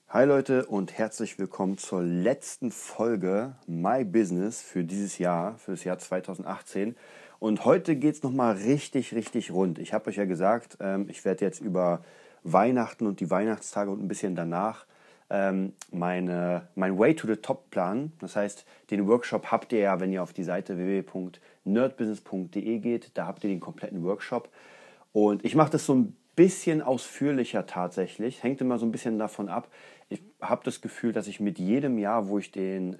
Hi Leute und herzlich willkommen zur letzten Folge My Business für dieses Jahr, für das Jahr 2018. Und heute geht es nochmal richtig rund. Ich habe euch ja gesagt, ich werde jetzt über Weihnachten und die Weihnachtstage und ein bisschen danach mein Way to the Top planen. Das heißt, den Workshop habt ihr ja, wenn ihr auf die Seite www.nerdbusiness.de geht. Da habt ihr den kompletten Workshop. Und ich mache das so ein bisschen ausführlicher tatsächlich. Hängt immer so ein bisschen davon ab. Ich habe das Gefühl, dass ich mit jedem Jahr, wo ich den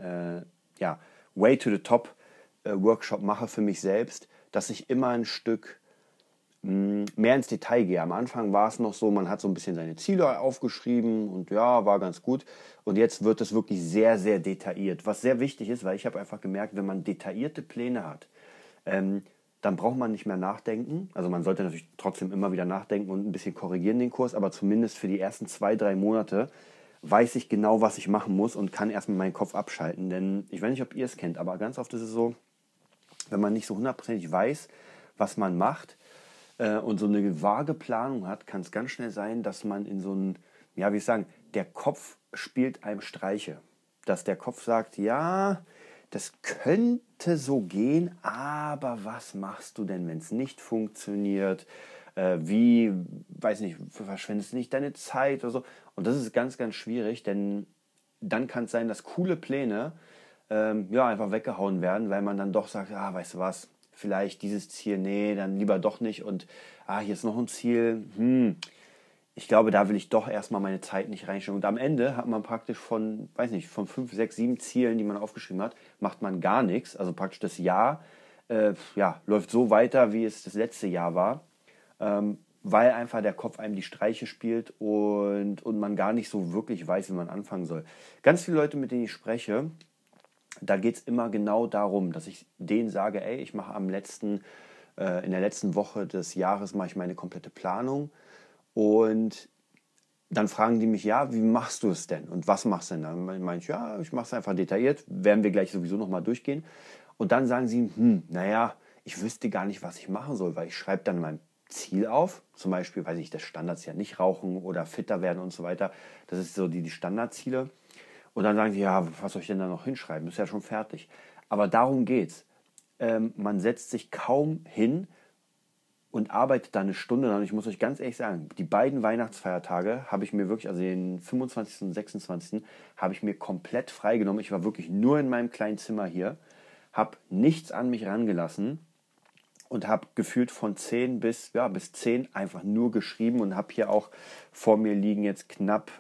Way to the Top Workshop mache für mich selbst, dass ich immer ein Stück mehr ins Detail gehe. Am Anfang war es noch so, man hat so ein bisschen seine Ziele aufgeschrieben und ja, war ganz gut. Und jetzt wird es wirklich sehr detailliert, was sehr wichtig ist, weil ich habe einfach gemerkt, wenn man detaillierte Pläne hat, dann braucht man nicht mehr nachdenken. Also man sollte natürlich trotzdem immer wieder nachdenken und ein bisschen korrigieren den Kurs, aber zumindest für die ersten 2-3 Monate weiß ich genau, was ich machen muss und kann erstmal meinen Kopf abschalten. Denn ich weiß nicht, ob ihr es kennt, aber ganz oft ist es so, wenn man nicht so hundertprozentig weiß, was man macht und so eine vage Planung hat, kann es ganz schnell sein, dass man in so ein, ja, wie ich sagen, der Kopf spielt einem Streiche. Dass der Kopf sagt, ja, das könnte so gehen, aber was machst du denn, wenn es nicht funktioniert? Weiß nicht, verschwendest du nicht deine Zeit oder so? Und das ist ganz schwierig, denn dann kann es sein, dass coole Pläne einfach weggehauen werden, weil man dann doch sagt, weißt du was, vielleicht dieses Ziel, nee, dann lieber doch nicht und hier ist noch ein Ziel, ich glaube, da will ich doch erstmal meine Zeit nicht reinstecken. Und am Ende hat man praktisch von 5, 6, 7 Zielen, die man aufgeschrieben hat, macht man gar nichts. Also praktisch das Jahr läuft so weiter, wie es das letzte Jahr war, weil einfach der Kopf einem die Streiche spielt und man gar nicht so wirklich weiß, wie man anfangen soll. Ganz viele Leute, mit denen ich spreche, da geht es immer genau darum, dass ich denen sage, ey, ich mache in der letzten Woche des Jahres mache ich meine komplette Planung und dann fragen die mich, ja, wie machst du es denn und was machst du denn? Dann meine ich, ja, ich mache es einfach detailliert, werden wir gleich sowieso nochmal durchgehen. Und dann sagen sie, ich wüsste gar nicht, was ich machen soll, weil ich schreibe dann mein Ziel auf, zum Beispiel, weiß ich, das Standardziel, ja, nicht rauchen oder fitter werden und so weiter. Das ist so die Standardziele. Und dann sagen sie, ja, was soll ich denn da noch hinschreiben? Ist ja schon fertig. Aber darum geht's. Man setzt sich kaum hin und arbeitet da eine Stunde. Und ich muss euch ganz ehrlich sagen, die beiden Weihnachtsfeiertage habe ich mir wirklich, also den 25. und 26. habe ich mir komplett freigenommen. Ich war wirklich nur in meinem kleinen Zimmer hier, habe nichts an mich rangelassen und habe gefühlt von 10 bis 10 einfach nur geschrieben und habe hier auch vor mir liegen jetzt knapp,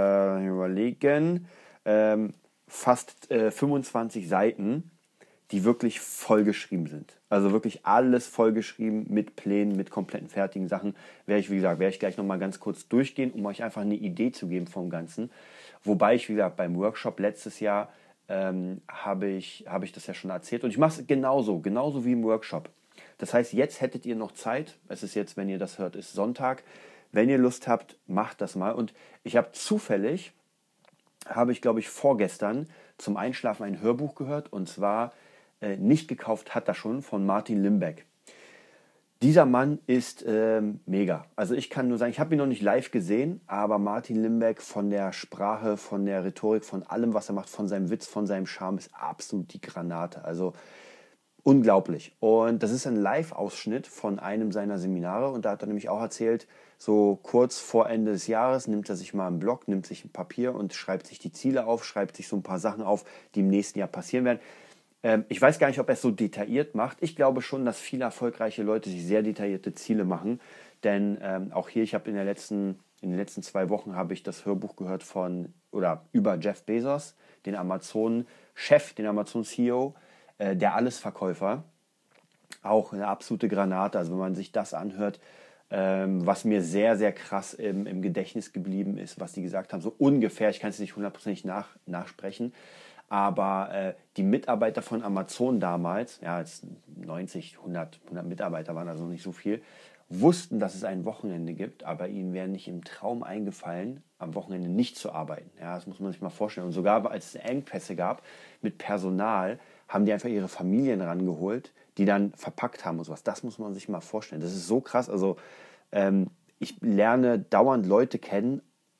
fast 25 Seiten, die wirklich vollgeschrieben sind. Also wirklich alles vollgeschrieben mit Plänen, mit kompletten fertigen Sachen. Werde ich gleich nochmal ganz kurz durchgehen, um euch einfach eine Idee zu geben vom Ganzen. Wobei ich, wie gesagt, beim Workshop letztes Jahr habe ich das ja schon erzählt. Und ich mache es genauso wie im Workshop. Das heißt, jetzt hättet ihr noch Zeit. Es ist jetzt, wenn ihr das hört, ist Sonntag. Wenn ihr Lust habt, macht das mal. Und ich habe glaube ich, vorgestern zum Einschlafen ein Hörbuch gehört. Und zwar Nicht gekauft hat er schon von Martin Limbeck. Dieser Mann ist mega. Also ich kann nur sagen, ich habe ihn noch nicht live gesehen, aber Martin Limbeck von der Sprache, von der Rhetorik, von allem, was er macht, von seinem Witz, von seinem Charme ist absolut die Granate. Also unglaublich. Und das ist ein Live-Ausschnitt von einem seiner Seminare und da hat er nämlich auch erzählt, so kurz vor Ende des Jahres nimmt er sich mal einen Block, nimmt sich ein Papier und schreibt sich die Ziele auf, schreibt sich so ein paar Sachen auf, die im nächsten Jahr passieren werden. Ich weiß gar nicht, ob er es so detailliert macht. Ich glaube schon, dass viele erfolgreiche Leute sich sehr detaillierte Ziele machen, denn auch hier, ich habe in den letzten 2 Wochen habe ich das Hörbuch gehört über Jeff Bezos, den Amazon-Chef, den Amazon-CEO, der Allesverkäufer, auch eine absolute Granate. Also wenn man sich das anhört, was mir sehr krass im Gedächtnis geblieben ist, was die gesagt haben, so ungefähr, ich kann es nicht hundertprozentig nachsprechen, aber die Mitarbeiter von Amazon damals, ja, jetzt 100 Mitarbeiter waren also nicht so viel, wussten, dass es ein Wochenende gibt, aber ihnen wäre nicht im Traum eingefallen, am Wochenende nicht zu arbeiten. Ja, das muss man sich mal vorstellen. Und sogar als es Engpässe gab mit Personal, haben die einfach ihre Familien rangeholt, die dann verpackt haben und sowas. Das muss man sich mal vorstellen. Das ist so krass. Also ich lerne dauernd Leute kennen,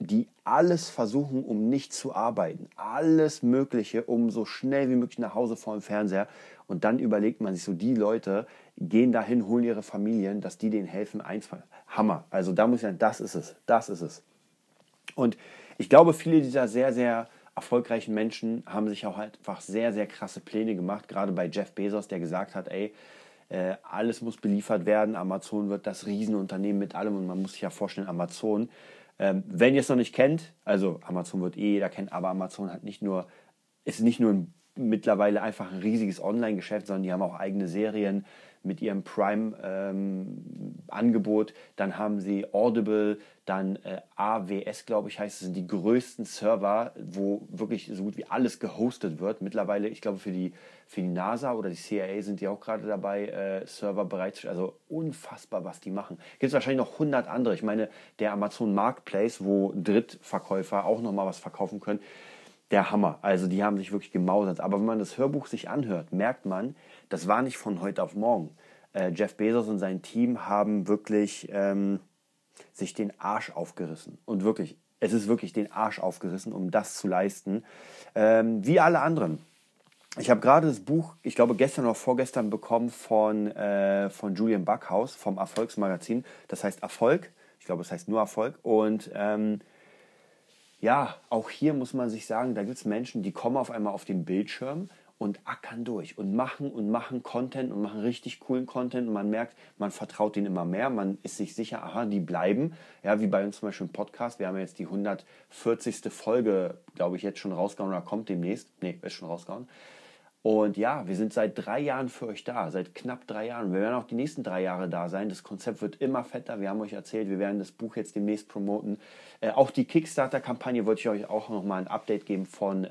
die alles versuchen, um nicht zu arbeiten. Alles Mögliche, um so schnell wie möglich nach Hause vor dem Fernseher. Und dann überlegt man sich so, die Leute gehen dahin, holen ihre Familien, dass die denen helfen. Hammer. Also da muss ich sagen, das ist es. Das ist es. Und ich glaube, viele dieser sehr, sehr erfolgreichen Menschen haben sich auch halt einfach sehr, sehr krasse Pläne gemacht. Gerade bei Jeff Bezos, der gesagt hat, ey, alles muss beliefert werden. Amazon wird das Riesenunternehmen mit allem. Und man muss sich ja vorstellen, Amazon, wenn ihr es noch nicht kennt, also Amazon wird jeder kennen, aber Amazon ist nicht nur mittlerweile einfach ein riesiges Online-Geschäft, sondern die haben auch eigene Serien mit ihrem Prime-Angebot. Dann haben sie Audible, dann AWS, glaube ich, heißt es, sind die größten Server, wo wirklich so gut wie alles gehostet wird. Mittlerweile, ich glaube, für die NASA oder die CIA sind die auch gerade dabei, Server bereitzustellen. Also unfassbar, was die machen. Gibt es wahrscheinlich noch 100 andere. Ich meine, der Amazon Marketplace, wo Drittverkäufer auch nochmal was verkaufen können, der Hammer. Also die haben sich wirklich gemausert. Aber wenn man das Hörbuch sich anhört, merkt man, das war nicht von heute auf morgen. Jeff Bezos und sein Team haben wirklich sich den Arsch aufgerissen. Und wirklich, es ist wirklich den Arsch aufgerissen, um das zu leisten. Wie alle anderen. Ich habe gerade das Buch, ich glaube gestern oder vorgestern bekommen von Julian Backhaus vom Erfolgsmagazin. Das heißt Erfolg. Ich glaube, es heißt nur Erfolg. Und ja, auch hier muss man sich sagen, da gibt es Menschen, die kommen auf einmal auf den Bildschirm und ackern durch und machen Content und machen richtig coolen Content und man merkt, man vertraut denen immer mehr, man ist sich sicher, aha, die bleiben. Ja, wie bei uns zum Beispiel im Podcast, wir haben jetzt die 140. Folge, glaube ich, jetzt schon rausgehauen oder kommt demnächst. Nee, ist schon rausgehauen. Und ja, wir sind seit 3 Jahren für euch da, seit knapp 3 Jahren. Wir werden auch die nächsten 3 Jahre da sein. Das Konzept wird immer fetter. Wir haben euch erzählt, wir werden das Buch jetzt demnächst promoten. Auch die Kickstarter-Kampagne wollte ich euch auch nochmal ein Update geben von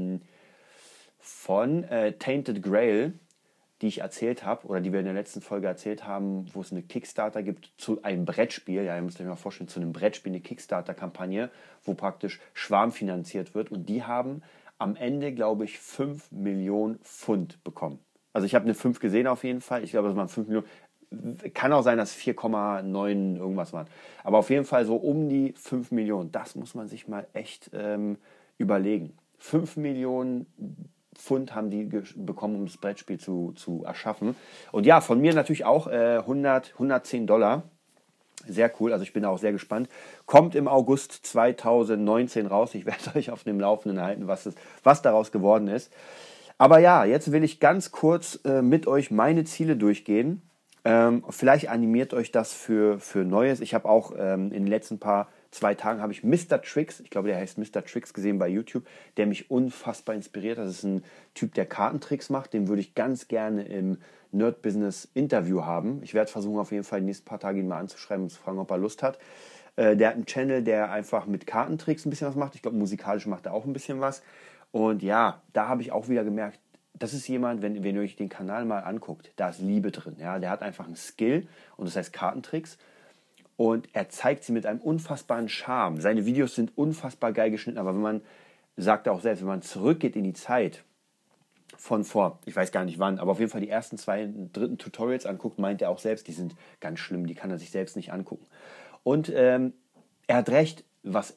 Tainted Grail, die ich erzählt habe, oder die wir in der letzten Folge erzählt haben, wo es eine Kickstarter gibt zu einem Brettspiel. Ja, ihr müsst euch mal vorstellen, zu einem Brettspiel, eine Kickstarter-Kampagne, wo praktisch schwarmfinanziert wird. Und die haben am Ende, glaube ich, 5 Millionen Pfund bekommen. Also ich habe eine 5 gesehen auf jeden Fall. Ich glaube, das waren 5 Millionen. Kann auch sein, dass 4,9 irgendwas waren. Aber auf jeden Fall so um die 5 Millionen. Das muss man sich mal echt überlegen. 5 Millionen Pfund haben die bekommen, um das Brettspiel zu erschaffen. Und ja, von mir natürlich auch 110 Dollar. Sehr cool, also ich bin auch sehr gespannt. Kommt im August 2019 raus. Ich werde euch auf dem Laufenden halten, was daraus geworden ist. Aber ja, jetzt will ich ganz kurz mit euch meine Ziele durchgehen. Vielleicht animiert euch das für Neues. Ich habe auch in den letzten 2 Tagen habe ich Mr. Tricks, ich glaube, der heißt Mr. Tricks, gesehen bei YouTube, der mich unfassbar inspiriert. Das ist ein Typ, der Kartentricks macht. Den würde ich ganz gerne im Nerd-Business-Interview haben. Ich werde versuchen, auf jeden Fall die nächsten paar Tage ihn mal anzuschreiben und zu fragen, ob er Lust hat. Der hat einen Channel, der einfach mit Kartentricks ein bisschen was macht. Ich glaube, musikalisch macht er auch ein bisschen was. Und ja, da habe ich auch wieder gemerkt, das ist jemand, wenn ihr euch den Kanal mal anguckt, da ist Liebe drin. Ja? Der hat einfach einen Skill und das heißt Kartentricks. Und er zeigt sie mit einem unfassbaren Charme. Seine Videos sind unfassbar geil geschnitten, aber wenn man, sagt er auch selbst, wenn man zurückgeht in die Zeit von vor, ich weiß gar nicht wann, aber auf jeden Fall die ersten 2, 3. Tutorials anguckt, meint er auch selbst, die sind ganz schlimm, die kann er sich selbst nicht angucken. Und er hat recht,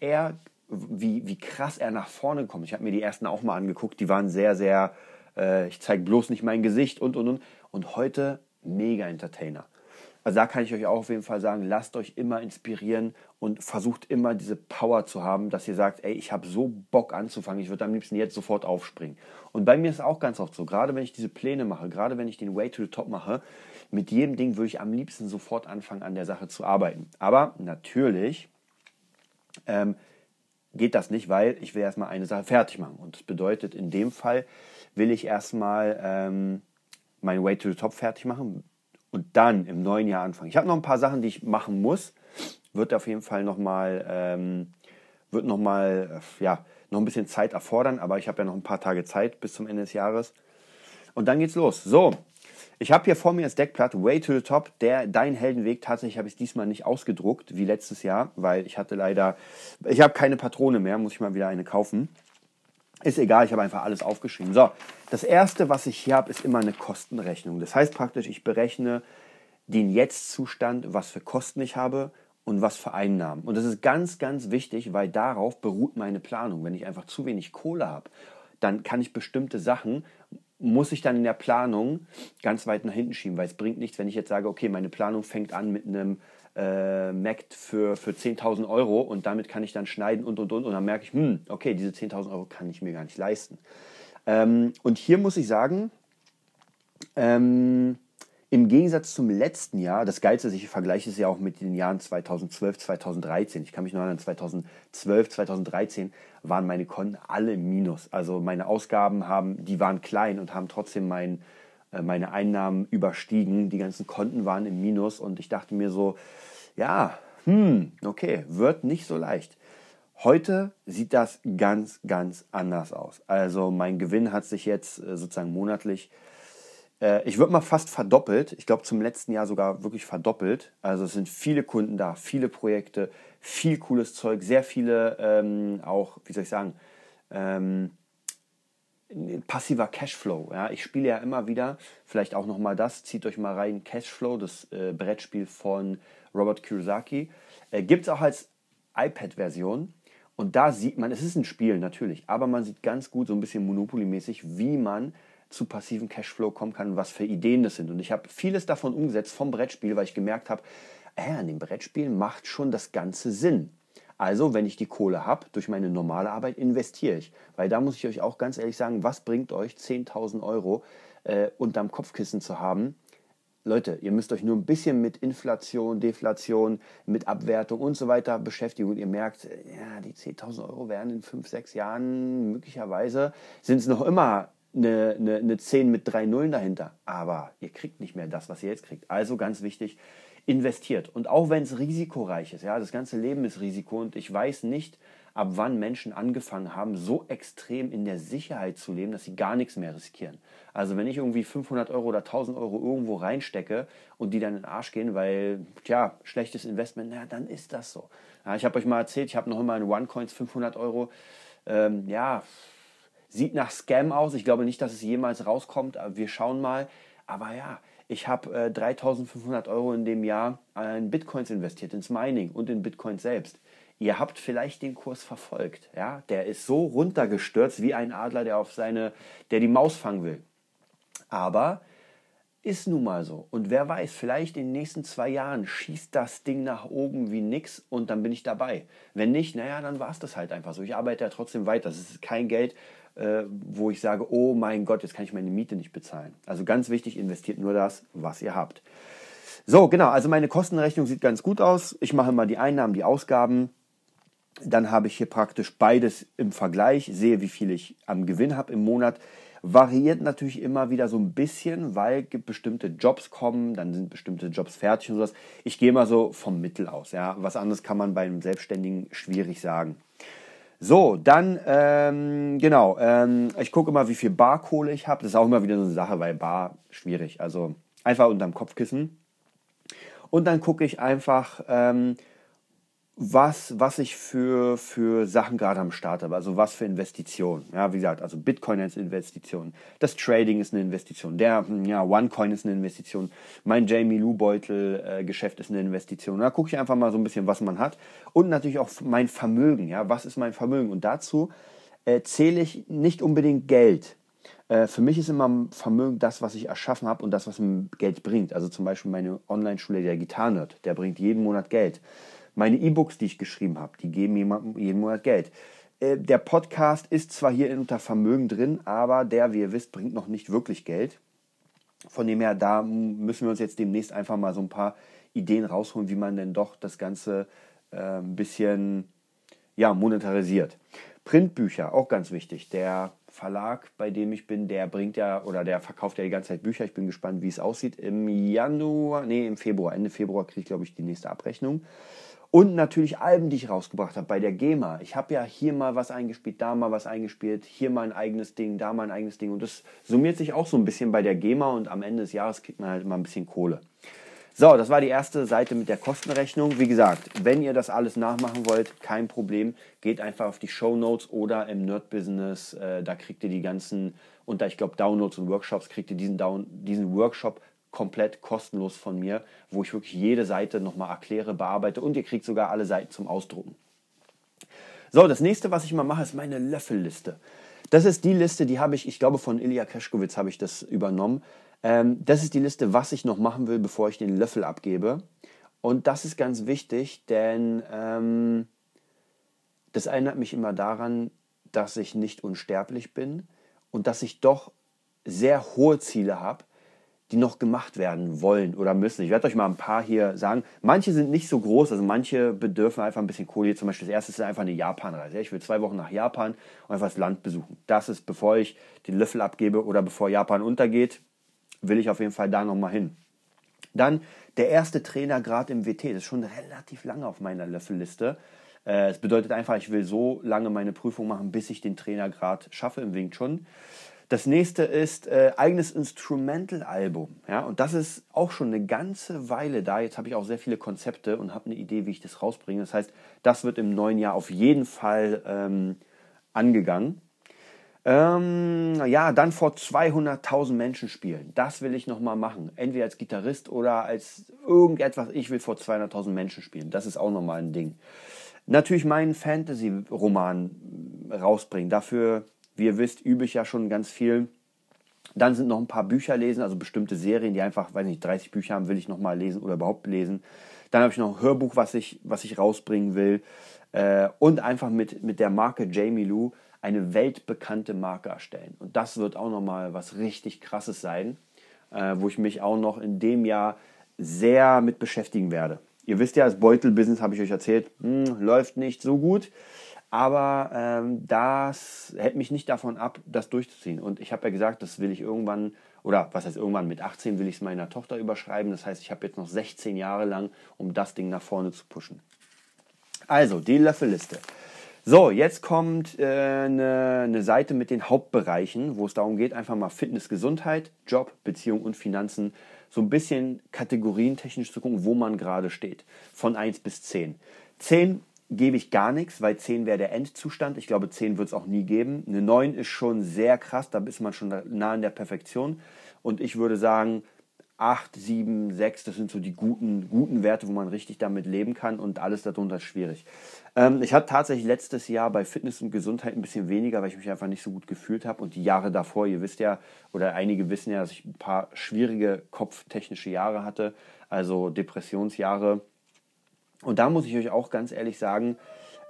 wie krass er nach vorne kommt. Ich habe mir die ersten auch mal angeguckt, die waren sehr, sehr, ich zeige bloß nicht mein Gesicht und. Und heute mega Entertainer. Also da kann ich euch auch auf jeden Fall sagen, lasst euch immer inspirieren und versucht immer diese Power zu haben, dass ihr sagt, ey, ich habe so Bock anzufangen, ich würde am liebsten jetzt sofort aufspringen. Und bei mir ist es auch ganz oft so, gerade wenn ich diese Pläne mache, gerade wenn ich den Way to the Top mache, mit jedem Ding würde ich am liebsten sofort anfangen, an der Sache zu arbeiten. Aber natürlich geht das nicht, weil ich will erstmal eine Sache fertig machen. Und das bedeutet, in dem Fall will ich erstmal mein Way to the Top fertig machen und dann im neuen Jahr anfangen. Ich habe noch ein paar Sachen, die ich machen muss. Wird auf jeden Fall noch ein bisschen Zeit erfordern, aber ich habe ja noch ein paar Tage Zeit bis zum Ende des Jahres. Und dann geht's los. So, ich habe hier vor mir das Deckblatt Way to the Top, dein Heldenweg. Tatsächlich habe ich es diesmal nicht ausgedruckt, wie letztes Jahr, weil ich habe keine Patrone mehr, muss ich mal wieder eine kaufen. Ist egal, ich habe einfach alles aufgeschrieben. So, das erste, was ich hier habe, ist immer eine Kostenrechnung. Das heißt praktisch, ich berechne den Jetzt-Zustand, was für Kosten ich habe und was für Einnahmen. Und das ist ganz, ganz wichtig, weil darauf beruht meine Planung. Wenn ich einfach zu wenig Kohle habe, dann kann ich bestimmte Sachen, muss ich dann in der Planung ganz weit nach hinten schieben, weil es bringt nichts, wenn ich jetzt sage, okay, meine Planung fängt an mit einem Mac für 10.000 Euro und damit kann ich dann schneiden und dann merke ich, okay, diese 10.000 Euro kann ich mir gar nicht leisten. Und hier muss ich sagen, im Gegensatz zum letzten Jahr, das Geilste ist, ich vergleiche es ja auch mit den Jahren 2012, 2013. Ich kann mich noch erinnern, 2012, 2013 waren meine Konten alle im Minus. Also meine Ausgaben die waren klein und haben trotzdem meine Einnahmen überstiegen. Die ganzen Konten waren im Minus und ich dachte mir so, ja, okay, wird nicht so leicht. Heute sieht das ganz, ganz anders aus. Also mein Gewinn hat sich jetzt sozusagen monatlich, ich würde mal fast verdoppelt. Ich glaube zum letzten Jahr sogar wirklich verdoppelt. Also es sind viele Kunden da, viele Projekte, viel cooles Zeug, sehr viele auch, wie soll ich sagen, passiver Cashflow. Ja? Ich spiele ja immer wieder, vielleicht auch nochmal das, zieht euch mal rein, Cashflow, das Brettspiel von Robert Kiyosaki. Gibt es auch als iPad-Version. Und da sieht man, es ist ein Spiel natürlich, aber man sieht ganz gut, so ein bisschen Monopoly-mäßig, wie man zu passiven Cashflow kommen kann und was für Ideen das sind. Und ich habe vieles davon umgesetzt vom Brettspiel, weil ich gemerkt habe, an dem Brettspiel macht schon das Ganze Sinn. Also, wenn ich die Kohle habe, durch meine normale Arbeit investiere ich. Weil da muss ich euch auch ganz ehrlich sagen, was bringt euch 10.000 Euro unterm Kopfkissen zu haben? Leute, ihr müsst euch nur ein bisschen mit Inflation, Deflation, mit Abwertung und so weiter beschäftigen und ihr merkt, ja, die 10.000 Euro werden in 5, 6 Jahren möglicherweise, sind es noch immer eine 10 mit 3 Nullen dahinter. Aber ihr kriegt nicht mehr das, was ihr jetzt kriegt. Also ganz wichtig, investiert. Und auch wenn es risikoreich ist, ja, das ganze Leben ist Risiko und ich weiß nicht, ab wann Menschen angefangen haben, so extrem in der Sicherheit zu leben, dass sie gar nichts mehr riskieren. Also wenn ich irgendwie 500 Euro oder 1.000 Euro irgendwo reinstecke und die dann in den Arsch gehen, weil, schlechtes Investment, dann ist das so. Ja, ich habe euch mal erzählt, ich habe noch immer in OneCoins 500 Euro, sieht nach Scam aus. Ich glaube nicht, dass es jemals rauskommt, aber wir schauen mal. Aber ja, ich habe 3.500 Euro in dem Jahr in Bitcoins investiert, ins Mining und in Bitcoins selbst. Ihr habt vielleicht den Kurs verfolgt. Ja? Der ist so runtergestürzt wie ein Adler, der die Maus fangen will. Aber ist nun mal so. Und wer weiß, vielleicht in den nächsten 2 Jahren schießt das Ding nach oben wie nix und dann bin ich dabei. Wenn nicht, dann war es das halt einfach so. Ich arbeite ja trotzdem weiter. Das ist kein Geld, wo ich sage, oh mein Gott, jetzt kann ich meine Miete nicht bezahlen. Also ganz wichtig, investiert nur das, was ihr habt. So, genau, also meine Kostenrechnung sieht ganz gut aus. Ich mache mal die Einnahmen, die Ausgaben. Dann habe ich hier praktisch beides im Vergleich, sehe, wie viel ich am Gewinn habe im Monat. Variiert natürlich immer wieder so ein bisschen, weil bestimmte Jobs kommen, dann sind bestimmte Jobs fertig und sowas. Ich gehe mal so vom Mittel aus. Ja. Was anderes kann man bei einem Selbstständigen schwierig sagen. So, dann, ich gucke immer, wie viel Barkohle ich habe. Das ist auch immer wieder so eine Sache, weil Bar schwierig. Also einfach unterm Kopfkissen. Und dann gucke ich einfach, was ich für Sachen gerade am Start habe, also was für Investitionen. Ja, wie gesagt, also Bitcoin ist eine Investition, das Trading ist eine Investition, OneCoin ist eine Investition, mein Jamie Lou Beutel Geschäft ist eine Investition. Da gucke ich einfach mal so ein bisschen, was man hat und natürlich auch mein Vermögen. Ja, was ist mein Vermögen? Und dazu zähle ich nicht unbedingt Geld. Für mich ist immer Vermögen das, was ich erschaffen habe und das, was mir Geld bringt. Also zum Beispiel meine Online-Schule, der Gitarrenhirt, der bringt jeden Monat Geld. Meine E-Books, die ich geschrieben habe, die geben jeden Monat Geld. Der Podcast ist zwar hier unter Vermögen drin, aber der, wie ihr wisst, bringt noch nicht wirklich Geld. Von dem her, da müssen wir uns jetzt demnächst einfach mal so ein paar Ideen rausholen, wie man denn doch das Ganze ein bisschen monetarisiert. Printbücher, auch ganz wichtig. Der Verlag, bei dem ich bin, der verkauft ja die ganze Zeit Bücher. Ich bin gespannt, wie es aussieht. Im Februar, Ende Februar kriege ich, glaube ich, die nächste Abrechnung. Und natürlich Alben, die ich rausgebracht habe bei der GEMA. Ich habe ja hier mal was eingespielt, da mal was eingespielt, hier mal ein eigenes Ding, da mal ein eigenes Ding. Und das summiert sich auch so ein bisschen bei der GEMA und am Ende des Jahres kriegt man halt immer ein bisschen Kohle. So, das war die erste Seite mit der Kostenrechnung. Wie gesagt, wenn ihr das alles nachmachen wollt, kein Problem. Geht einfach auf die Shownotes oder im Nerd-Business. Da kriegt ihr die ganzen, unter, ich glaube, Downloads und Workshops, kriegt ihr diesen Workshop komplett kostenlos von mir, wo ich wirklich jede Seite nochmal erkläre, bearbeite und ihr kriegt sogar alle Seiten zum Ausdrucken. So, das nächste, was ich mal mache, ist meine Löffelliste. Das ist die Liste, die habe ich glaube von Ilya Keschkowitz habe ich das übernommen. Das ist die Liste, was ich noch machen will, bevor ich den Löffel abgebe. Und das ist ganz wichtig, denn das erinnert mich immer daran, dass ich nicht unsterblich bin und dass ich doch sehr hohe Ziele habe, die noch gemacht werden wollen oder müssen. Ich werde euch mal ein paar hier sagen. Manche sind nicht so groß, also manche bedürfen einfach ein bisschen Kohle. Zum Beispiel das erste ist einfach eine Japanreise. Ich will 2 Wochen nach Japan und einfach das Land besuchen. Das ist, bevor ich den Löffel abgebe oder bevor Japan untergeht, will ich auf jeden Fall da nochmal hin. Dann der erste Trainergrad im WT. Das ist schon relativ lange auf meiner Löffelliste. Es bedeutet einfach, ich will so lange meine Prüfung machen, bis ich den Trainergrad schaffe im Wing Chun. Das nächste ist eigenes Instrumental-Album. Ja? Und das ist auch schon eine ganze Weile da. Jetzt habe ich auch sehr viele Konzepte und habe eine Idee, wie ich das rausbringe. Das heißt, das wird im neuen Jahr auf jeden Fall angegangen. Ja, dann vor 200.000 Menschen spielen. Das will ich nochmal machen. Entweder als Gitarrist oder als irgendetwas. Ich will vor 200.000 Menschen spielen. Das ist auch nochmal ein Ding. Natürlich meinen Fantasy-Roman rausbringen. Dafür, wie ihr wisst, übe ich ja schon ganz viel. Dann sind noch ein paar Bücher lesen, also bestimmte Serien, die einfach, 30 Bücher haben, will ich nochmal lesen oder überhaupt lesen. Dann habe ich noch ein Hörbuch, was ich rausbringen will. Und einfach mit der Marke Jamie Lou eine weltbekannte Marke erstellen. Und das wird auch nochmal was richtig Krasses sein, wo ich mich auch noch in dem Jahr sehr mit beschäftigen werde. Ihr wisst ja, das Beutel-Business, habe ich euch erzählt, läuft nicht so gut. Aber das hält mich nicht davon ab, das durchzuziehen. Und ich habe ja gesagt, das will ich irgendwann, oder was heißt irgendwann, mit 18 will ich es meiner Tochter überschreiben. Das heißt, ich habe jetzt noch 16 Jahre lang, um das Ding nach vorne zu pushen. Also, die Löffelliste. So, jetzt kommt eine Seite mit den Hauptbereichen, wo es darum geht, einfach mal Fitness, Gesundheit, Job, Beziehung und Finanzen, so ein bisschen kategorientechnisch zu gucken, wo man gerade steht. Von 1 bis 10. 10 gebe ich gar nichts, weil 10 wäre der Endzustand. Ich glaube, 10 wird es auch nie geben. Eine 9 ist schon sehr krass, da ist man schon nah an der Perfektion. Und ich würde sagen, 8, 7, 6, das sind so die guten Werte, wo man richtig damit leben kann und alles darunter ist schwierig. Ich hatte tatsächlich letztes Jahr bei Fitness und Gesundheit ein bisschen weniger, weil ich mich einfach nicht so gut gefühlt habe und die Jahre davor, ihr wisst ja, oder einige wissen ja, dass ich ein paar schwierige kopftechnische Jahre hatte, also Depressionsjahre. Und da muss ich euch auch ganz ehrlich sagen,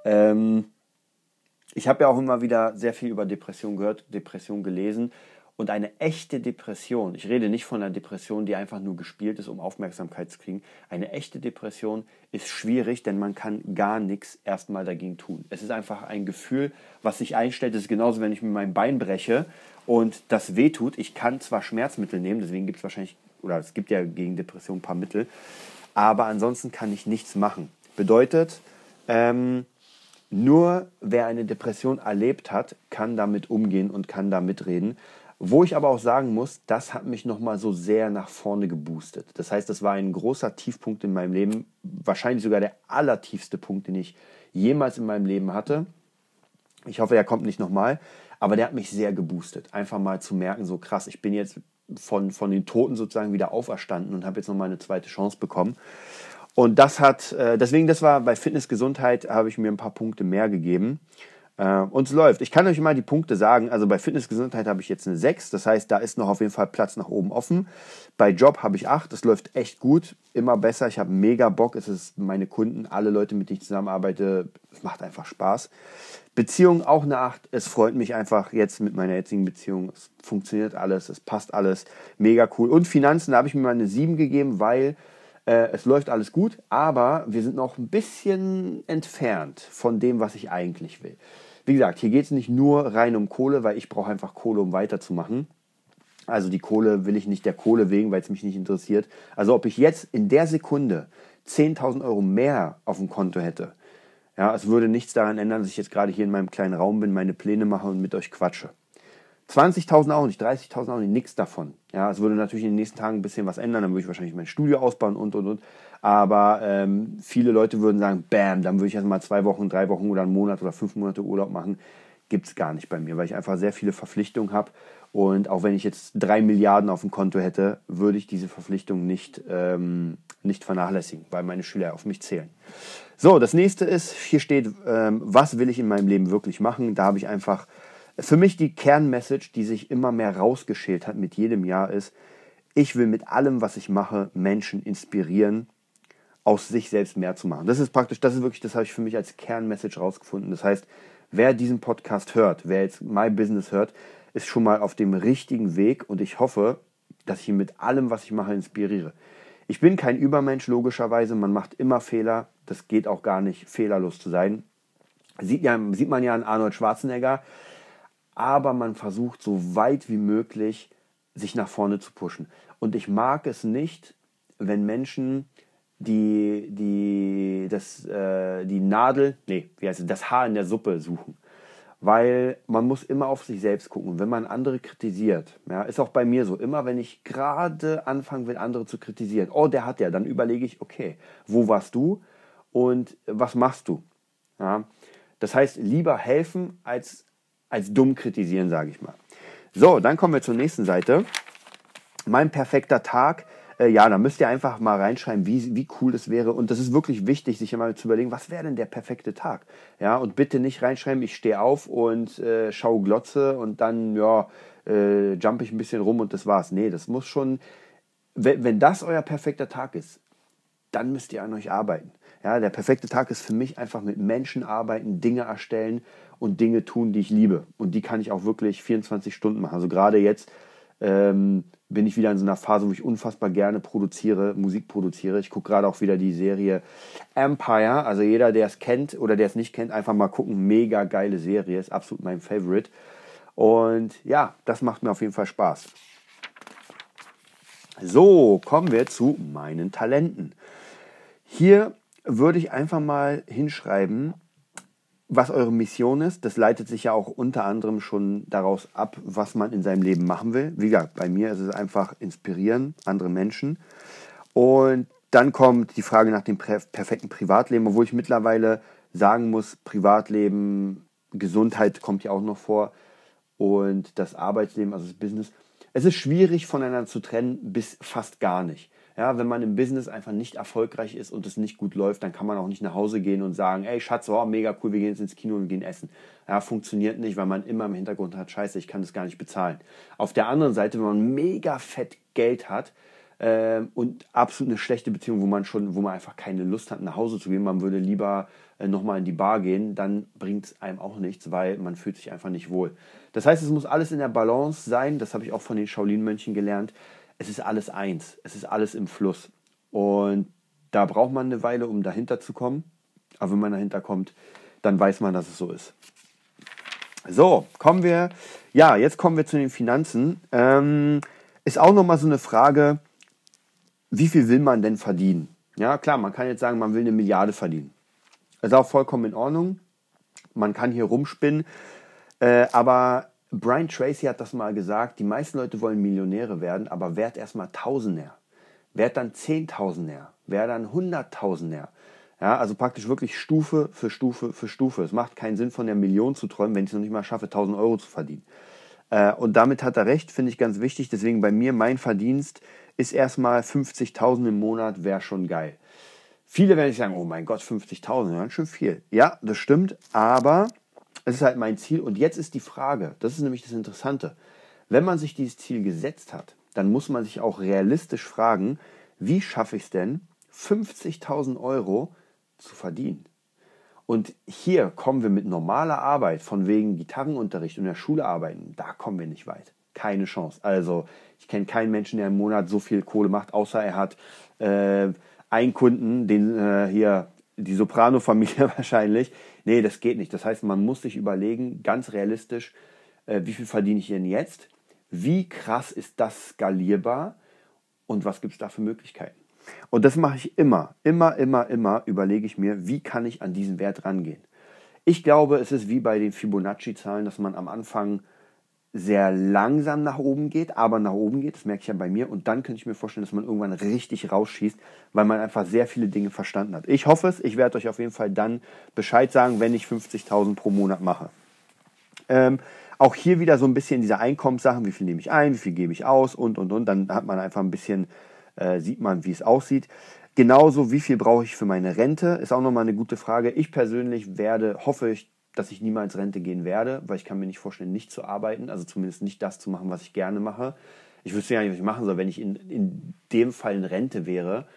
ich habe ja auch immer wieder sehr viel über Depression gehört, Depression gelesen. Und eine echte Depression, ich rede nicht von einer Depression, die einfach nur gespielt ist, um Aufmerksamkeit zu kriegen. Eine echte Depression ist schwierig, denn man kann gar nichts erstmal dagegen tun. Es ist einfach ein Gefühl, was sich einstellt. Es ist genauso, wenn ich mir mein Bein breche und das wehtut. Ich kann zwar Schmerzmittel nehmen, deswegen gibt es wahrscheinlich, oder es gibt ja gegen Depression ein paar Mittel, aber ansonsten kann ich nichts machen. Bedeutet, nur wer eine Depression erlebt hat, kann damit umgehen und kann da mitreden. Wo ich aber auch sagen muss, das hat mich nochmal so sehr nach vorne geboostet. Das heißt, das war ein großer Tiefpunkt in meinem Leben, wahrscheinlich sogar der allertiefste Punkt, den ich jemals in meinem Leben hatte. Ich hoffe, er kommt nicht nochmal, aber der hat mich sehr geboostet. Einfach mal zu merken, so krass, ich bin jetzt von den Toten sozusagen wieder auferstanden und habe jetzt nochmal eine zweite Chance bekommen. Und das war bei Fitness, Gesundheit, habe ich mir ein paar Punkte mehr gegeben. Und es läuft. Ich kann euch mal die Punkte sagen. Also bei Fitness, Gesundheit habe ich jetzt eine 6. Das heißt, da ist noch auf jeden Fall Platz nach oben offen. Bei Job habe ich 8. Das läuft echt gut. Immer besser. Ich habe mega Bock. Es ist meine Kunden, alle Leute, mit denen ich zusammenarbeite. Es macht einfach Spaß. Beziehung auch eine 8. Es freut mich einfach jetzt mit meiner jetzigen Beziehung. Es funktioniert alles. Es passt alles. Mega cool. Und Finanzen, da habe ich mir mal eine 7 gegeben, weil es läuft alles gut, aber wir sind noch ein bisschen entfernt von dem, was ich eigentlich will. Wie gesagt, hier geht es nicht nur rein um Kohle, weil ich brauche einfach Kohle, um weiterzumachen. Also die Kohle will ich nicht der Kohle wegen, weil es mich nicht interessiert. Also ob ich jetzt in der Sekunde 10.000 Euro mehr auf dem Konto hätte, ja, es würde nichts daran ändern, dass ich jetzt gerade hier in meinem kleinen Raum bin, meine Pläne mache und mit euch quatsche. 20.000 auch nicht, 30.000 auch nicht, nichts davon. Ja, es würde natürlich in den nächsten Tagen ein bisschen was ändern, dann würde ich wahrscheinlich mein Studio ausbauen und. Aber viele Leute würden sagen, bam, dann würde ich erst mal 2 Wochen, 3 Wochen oder einen Monat oder 5 Monate Urlaub machen. gibt es gar nicht bei mir, weil ich einfach sehr viele Verpflichtungen habe. Und auch wenn ich jetzt 3 Milliarden auf dem Konto hätte, würde ich diese Verpflichtung nicht vernachlässigen, weil meine Schüler auf mich zählen. So, das nächste ist, hier steht, was will ich in meinem Leben wirklich machen? Da habe ich einfach, für mich die Kernmessage, die sich immer mehr rausgeschält hat mit jedem Jahr ist, ich will mit allem, was ich mache, Menschen inspirieren, aus sich selbst mehr zu machen. Das ist praktisch, das habe ich für mich als Kernmessage rausgefunden. Das heißt, wer diesen Podcast hört, wer jetzt My Business hört, ist schon mal auf dem richtigen Weg und ich hoffe, dass ich ihn mit allem, was ich mache, inspiriere. Ich bin kein Übermensch, logischerweise, man macht immer Fehler, das geht auch gar nicht, fehlerlos zu sein. Sieht man ja an Arnold Schwarzenegger, aber man versucht so weit wie möglich, sich nach vorne zu pushen. Und ich mag es nicht, wenn Menschen das Haar in der Suppe suchen. Weil man muss immer auf sich selbst gucken. Und wenn man andere kritisiert, ja, ist auch bei mir so, immer wenn ich gerade anfangen will, andere zu kritisieren, oh, der hat ja, dann überlege ich, okay, wo warst du und was machst du? Ja, das heißt, lieber helfen als dumm kritisieren, sage ich mal. So, dann kommen wir zur nächsten Seite. Mein perfekter Tag. Ja, da müsst ihr einfach mal reinschreiben, wie cool das wäre. Und das ist wirklich wichtig, sich immer zu überlegen, was wäre denn der perfekte Tag? Ja, und bitte nicht reinschreiben, ich stehe auf und schaue Glotze und dann, jump ich ein bisschen rum und das war's. Nee, das muss schon, wenn das euer perfekter Tag ist, dann müsst ihr an euch arbeiten. Ja, der perfekte Tag ist für mich einfach mit Menschen arbeiten, Dinge erstellen und Dinge tun, die ich liebe. Und die kann ich auch wirklich 24 Stunden machen. Also gerade jetzt bin ich wieder in so einer Phase, wo ich unfassbar gerne Musik produziere. Ich gucke gerade auch wieder die Serie Empire. Also jeder, der es kennt oder der es nicht kennt, einfach mal gucken. Mega geile Serie, ist absolut mein Favorite. Und ja, das macht mir auf jeden Fall Spaß. So, kommen wir zu meinen Talenten. Hier würde ich einfach mal hinschreiben, was eure Mission ist. Das leitet sich ja auch unter anderem schon daraus ab, was man in seinem Leben machen will. Wie gesagt, bei mir ist es einfach inspirieren, andere Menschen. Und dann kommt die Frage nach dem perfekten Privatleben, obwohl ich mittlerweile sagen muss, Privatleben, Gesundheit kommt ja auch noch vor und das Arbeitsleben, also das Business. Es ist schwierig voneinander zu trennen, bis fast gar nicht. Ja, wenn man im Business einfach nicht erfolgreich ist und es nicht gut läuft, dann kann man auch nicht nach Hause gehen und sagen, ey Schatz, oh, mega cool, wir gehen jetzt ins Kino und gehen essen. Ja, funktioniert nicht, weil man immer im Hintergrund hat, scheiße, ich kann das gar nicht bezahlen. Auf der anderen Seite, wenn man mega fett Geld hat und absolut eine schlechte Beziehung, wo man einfach keine Lust hat, nach Hause zu gehen, man würde lieber nochmal in die Bar gehen, dann bringt es einem auch nichts, weil man fühlt sich einfach nicht wohl. Das heißt, es muss alles in der Balance sein, das habe ich auch von den Shaolin-Mönchen gelernt. Es ist alles eins, es ist alles im Fluss. Und da braucht man eine Weile, um dahinter zu kommen. Aber wenn man dahinter kommt, dann weiß man, dass es so ist. So, jetzt kommen wir zu den Finanzen. Ist auch nochmal so eine Frage, wie viel will man denn verdienen? Ja, klar, man kann jetzt sagen, man will 1 Milliarde verdienen. Das ist auch vollkommen in Ordnung. Man kann hier rumspinnen. Aber Brian Tracy hat das mal gesagt, die meisten Leute wollen Millionäre werden, aber werd erstmal Tausendär. Werd dann Zehntausendär. Werd dann Hunderttausendär. Ja, also praktisch wirklich Stufe für Stufe für Stufe. Es macht keinen Sinn, von der Million zu träumen, wenn ich es noch nicht mal schaffe, 1.000 Euro zu verdienen. Und damit hat er recht, finde ich ganz wichtig. Deswegen bei mir, mein Verdienst ist erstmal 50.000 im Monat, wäre schon geil. Viele werden sich sagen, oh mein Gott, 50.000, ja, schon viel. Ja, das stimmt, aber es ist halt mein Ziel. Und jetzt ist die Frage, das ist nämlich das Interessante. Wenn man sich dieses Ziel gesetzt hat, dann muss man sich auch realistisch fragen, wie schaffe ich es denn, 50.000 Euro zu verdienen? Und hier kommen wir mit normaler Arbeit, von wegen Gitarrenunterricht und der Schule arbeiten, da kommen wir nicht weit. Keine Chance. Also ich kenne keinen Menschen, der im Monat so viel Kohle macht, außer er hat einen Kunden, die Soprano-Familie wahrscheinlich. Nee, das geht nicht. Das heißt, man muss sich überlegen, ganz realistisch, wie viel verdiene ich denn jetzt? Wie krass ist das skalierbar? Und was gibt es da für Möglichkeiten? Und das mache ich immer überlege ich mir, wie kann ich an diesen Wert rangehen. Ich glaube, es ist wie bei den Fibonacci-Zahlen, dass man am Anfang sehr langsam nach oben geht, aber nach oben geht, das merke ich ja bei mir. Und dann könnte ich mir vorstellen, dass man irgendwann richtig rausschießt, weil man einfach sehr viele Dinge verstanden hat. Ich hoffe es, ich werde euch auf jeden Fall dann Bescheid sagen, wenn ich 50.000 pro Monat mache. Auch hier wieder so ein bisschen diese Einkommenssachen, wie viel nehme ich ein, wie viel gebe ich aus und. Dann hat man einfach ein bisschen, sieht man, wie es aussieht. Genauso, wie viel brauche ich für meine Rente, ist auch nochmal eine gute Frage. Ich persönlich hoffe ich, dass ich niemals Rente gehen werde, weil ich kann mir nicht vorstellen, nicht zu arbeiten, also zumindest nicht das zu machen, was ich gerne mache. Ich wüsste ja nicht, was ich machen soll, wenn ich in dem Fall in Rente wäre.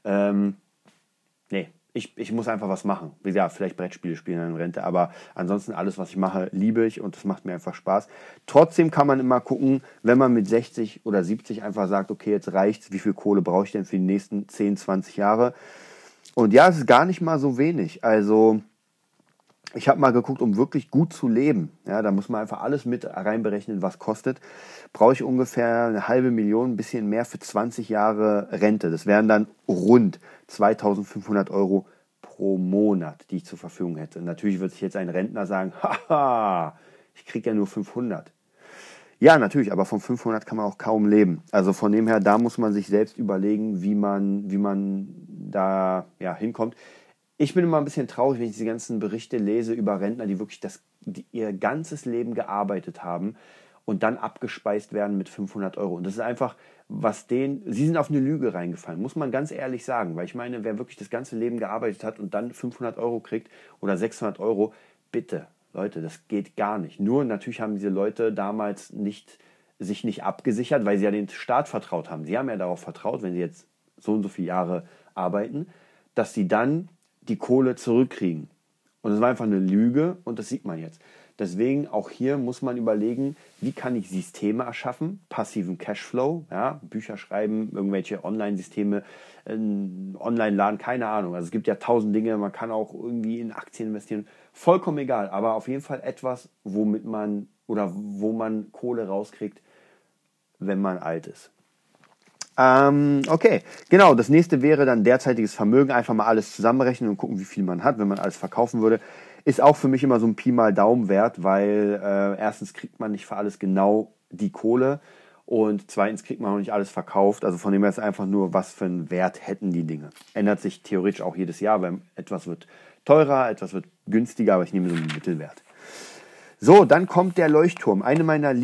Nee, ich muss einfach was machen. Wie gesagt, vielleicht Brettspiele spielen in Rente, aber ansonsten alles, was ich mache, liebe ich und das macht mir einfach Spaß. Trotzdem kann man immer gucken, wenn man mit 60 oder 70 einfach sagt, okay, jetzt reicht's, wie viel Kohle brauche ich denn für die nächsten 10, 20 Jahre? Und ja, es ist gar nicht mal so wenig. Also ich habe mal geguckt, um wirklich gut zu leben. Ja, da muss man einfach alles mit reinberechnen, was kostet. Brauche ich ungefähr 500.000, ein bisschen mehr für 20 Jahre Rente. Das wären dann rund 2.500 Euro pro Monat, die ich zur Verfügung hätte. Natürlich wird sich jetzt ein Rentner sagen, haha, ich kriege ja nur 500. Ja, natürlich, aber von 500 kann man auch kaum leben. Also von dem her, da muss man sich selbst überlegen, wie man da hinkommt. Ich bin immer ein bisschen traurig, wenn ich diese ganzen Berichte lese über Rentner, die wirklich ihr ganzes Leben gearbeitet haben und dann abgespeist werden mit 500 Euro. Und das ist einfach, sie sind auf eine Lüge reingefallen, muss man ganz ehrlich sagen. Weil ich meine, wer wirklich das ganze Leben gearbeitet hat und dann 500 Euro kriegt oder 600 Euro, bitte, Leute, das geht gar nicht. Nur natürlich haben diese Leute damals sich nicht abgesichert, weil sie ja den Staat vertraut haben. Sie haben ja darauf vertraut, wenn sie jetzt so und so viele Jahre arbeiten, dass sie dann die Kohle zurückkriegen. Und es war einfach eine Lüge und das sieht man jetzt. Deswegen auch hier muss man überlegen, wie kann ich Systeme erschaffen, passiven Cashflow, ja, Bücher schreiben, irgendwelche Online-Systeme, Online-Laden, keine Ahnung. Also es gibt ja 1000 Dinge, man kann auch irgendwie in Aktien investieren, vollkommen egal, aber auf jeden Fall etwas, wo man Kohle rauskriegt, wenn man alt ist. Okay, genau, das nächste wäre dann derzeitiges Vermögen, einfach mal alles zusammenrechnen und gucken, wie viel man hat, wenn man alles verkaufen würde. Ist auch für mich immer so ein Pi mal Daumen wert, weil erstens kriegt man nicht für alles genau die Kohle und zweitens kriegt man auch nicht alles verkauft. Also von dem her ist einfach nur, was für einen Wert hätten die Dinge. Ändert sich theoretisch auch jedes Jahr, weil etwas wird teurer, etwas wird günstiger, aber ich nehme so einen Mittelwert. So, dann kommt der Leuchtturm. Eine meiner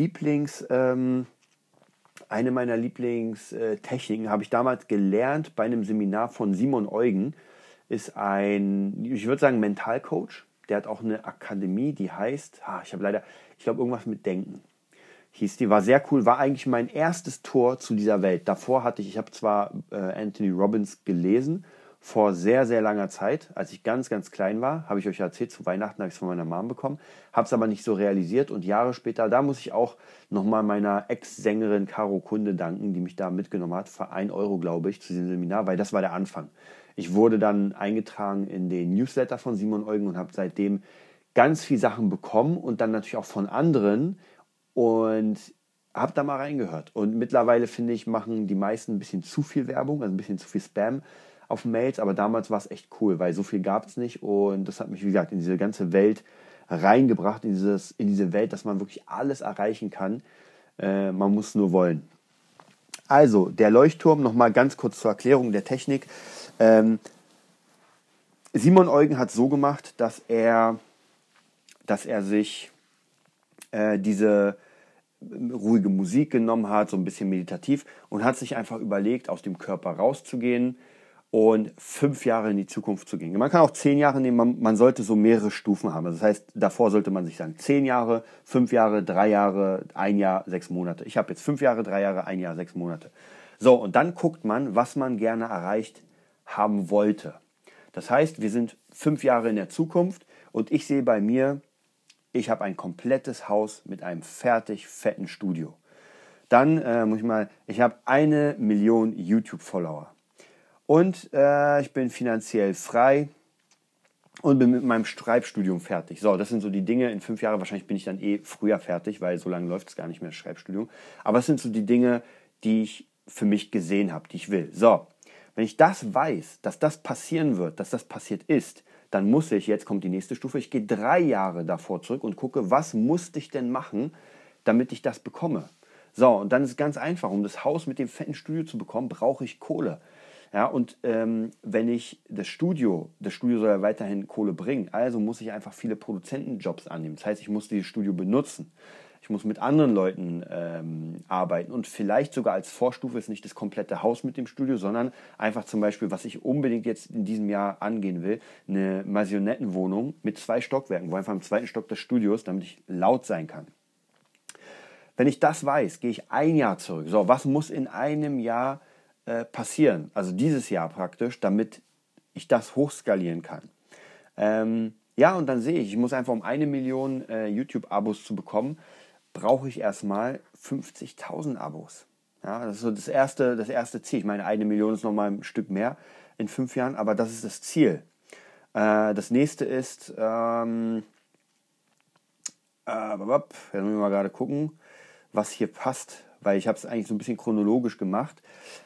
Lieblingstechniken habe ich damals gelernt bei einem Seminar von Simon Eugen. Ist ich würde sagen, Mentalcoach. Der hat auch eine Akademie, die heißt, ich glaube irgendwas mit Denken. War sehr cool, war eigentlich mein erstes Tor zu dieser Welt. Davor ich habe zwar Anthony Robbins gelesen, vor sehr, sehr langer Zeit, als ich ganz, ganz klein war, habe ich euch erzählt, zu Weihnachten habe ich es von meiner Mom bekommen, habe es aber nicht so realisiert und Jahre später, da muss ich auch nochmal meiner Ex-Sängerin Caro Kunde danken, die mich da mitgenommen hat, für 1 Euro, glaube ich, zu diesem Seminar, weil das war der Anfang. Ich wurde dann eingetragen in den Newsletter von Simon Eugen und habe seitdem ganz viele Sachen bekommen und dann natürlich auch von anderen und habe da mal reingehört. Und mittlerweile, finde ich, machen die meisten ein bisschen zu viel Werbung, also ein bisschen zu viel Spam auf Mails, aber damals war es echt cool, weil so viel gab es nicht und das hat mich, wie gesagt, in diese ganze Welt reingebracht, in diese Welt, dass man wirklich alles erreichen kann. Man muss nur wollen. Also, der Leuchtturm, nochmal ganz kurz zur Erklärung der Technik. Simon Eugen hat so gemacht, dass er sich diese ruhige Musik genommen hat, so ein bisschen meditativ und hat sich einfach überlegt, aus dem Körper rauszugehen und 5 Jahre in die Zukunft zu gehen. Man kann auch 10 Jahre nehmen, man sollte so mehrere Stufen haben. Das heißt, davor sollte man sich sagen, 10 Jahre, 5 Jahre, 3 Jahre, 1 Jahr, 6 Monate. Ich habe jetzt 5 Jahre, 3 Jahre, 1 Jahr, 6 Monate. So, und dann guckt man, was man gerne erreicht haben wollte. Das heißt, wir sind 5 Jahre in der Zukunft und ich sehe bei mir, ich habe ein komplettes Haus mit einem fertig fetten Studio. Dann ich habe 1 Million YouTube-Follower. Und ich bin finanziell frei und bin mit meinem Schreibstudium fertig. So, das sind so die Dinge. In 5 Jahren wahrscheinlich bin ich dann früher fertig, weil so lange läuft es gar nicht mehr, das Schreibstudium. Aber es sind so die Dinge, die ich für mich gesehen habe, die ich will. So, wenn ich das weiß, dass das passieren wird, dass das passiert ist, dann muss ich, jetzt kommt die nächste Stufe, ich gehe 3 Jahre davor zurück und gucke, was musste ich denn machen, damit ich das bekomme. So, und dann ist es ganz einfach, um das Haus mit dem fetten Studio zu bekommen, brauche ich Kohle. Ja, und wenn ich das Studio soll ja weiterhin Kohle bringen, also muss ich einfach viele Produzentenjobs annehmen. Das heißt, ich muss dieses Studio benutzen. Ich muss mit anderen Leuten arbeiten und vielleicht sogar als Vorstufe ist nicht das komplette Haus mit dem Studio, sondern einfach zum Beispiel, was ich unbedingt jetzt in diesem Jahr angehen will, eine Maisonettenwohnung mit 2 Stockwerken, wo einfach im 2. Stock des Studios, damit ich laut sein kann. Wenn ich das weiß, gehe ich ein Jahr zurück. So, was muss in einem Jahr passieren? Also dieses Jahr praktisch, damit ich das hochskalieren kann. Ja, und dann sehe ich muss einfach um 1 Million YouTube-Abos zu bekommen, brauche ich erstmal 50.000 Abos. Ja, das ist so das erste Ziel. Ich meine, 1 Million ist nochmal ein Stück mehr in 5 Jahren, aber das ist das Ziel. Das nächste ist, jetzt müssen wir mal gerade gucken, was hier passt, weil ich habe es eigentlich so ein bisschen chronologisch gemacht.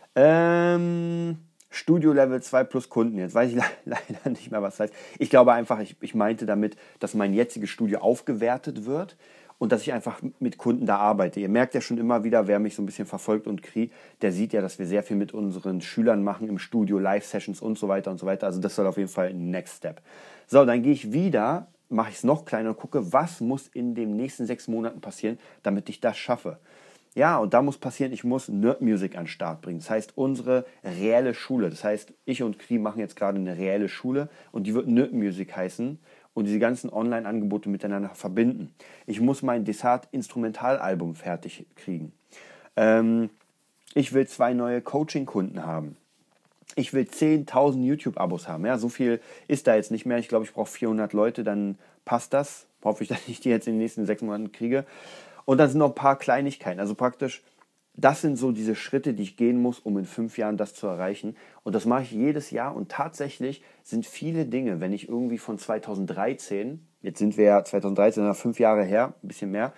Studio Level 2 plus Kunden. Jetzt weiß ich leider nicht mehr, was das heißt. Ich glaube einfach, ich meinte damit, dass mein jetziges Studio aufgewertet wird und dass ich einfach mit Kunden da arbeite. Ihr merkt ja schon immer wieder, wer mich so ein bisschen verfolgt und kriegt, der sieht ja, dass wir sehr viel mit unseren Schülern machen im Studio, Live-Sessions und so weiter und so weiter. Also das soll auf jeden Fall ein Next Step. So, dann gehe ich wieder, mache ich es noch kleiner und gucke, was muss in den nächsten 6 Monaten passieren, damit ich das schaffe. Ja, und da muss passieren, ich muss Nerd Music an den Start bringen. Das heißt, unsere reelle Schule. Das heißt, ich und Kri machen jetzt gerade eine reelle Schule und die wird Nerd Music heißen und diese ganzen Online-Angebote miteinander verbinden. Ich muss mein Desart-Instrumentalalbum fertig kriegen. Ich will 2 neue Coaching-Kunden haben. Ich will 10.000 YouTube-Abos haben. Ja, so viel ist da jetzt nicht mehr. Ich glaube, ich brauche 400 Leute, dann passt das. Hoffe ich, dass ich die jetzt in den nächsten 6 Monaten kriege. Und dann sind noch ein paar Kleinigkeiten. Also praktisch, das sind so diese Schritte, die ich gehen muss, um in 5 Jahren das zu erreichen. Und das mache ich jedes Jahr. Und tatsächlich sind viele Dinge, wenn ich irgendwie von 2013, jetzt sind wir ja 2013, 5 Jahre her, ein bisschen mehr,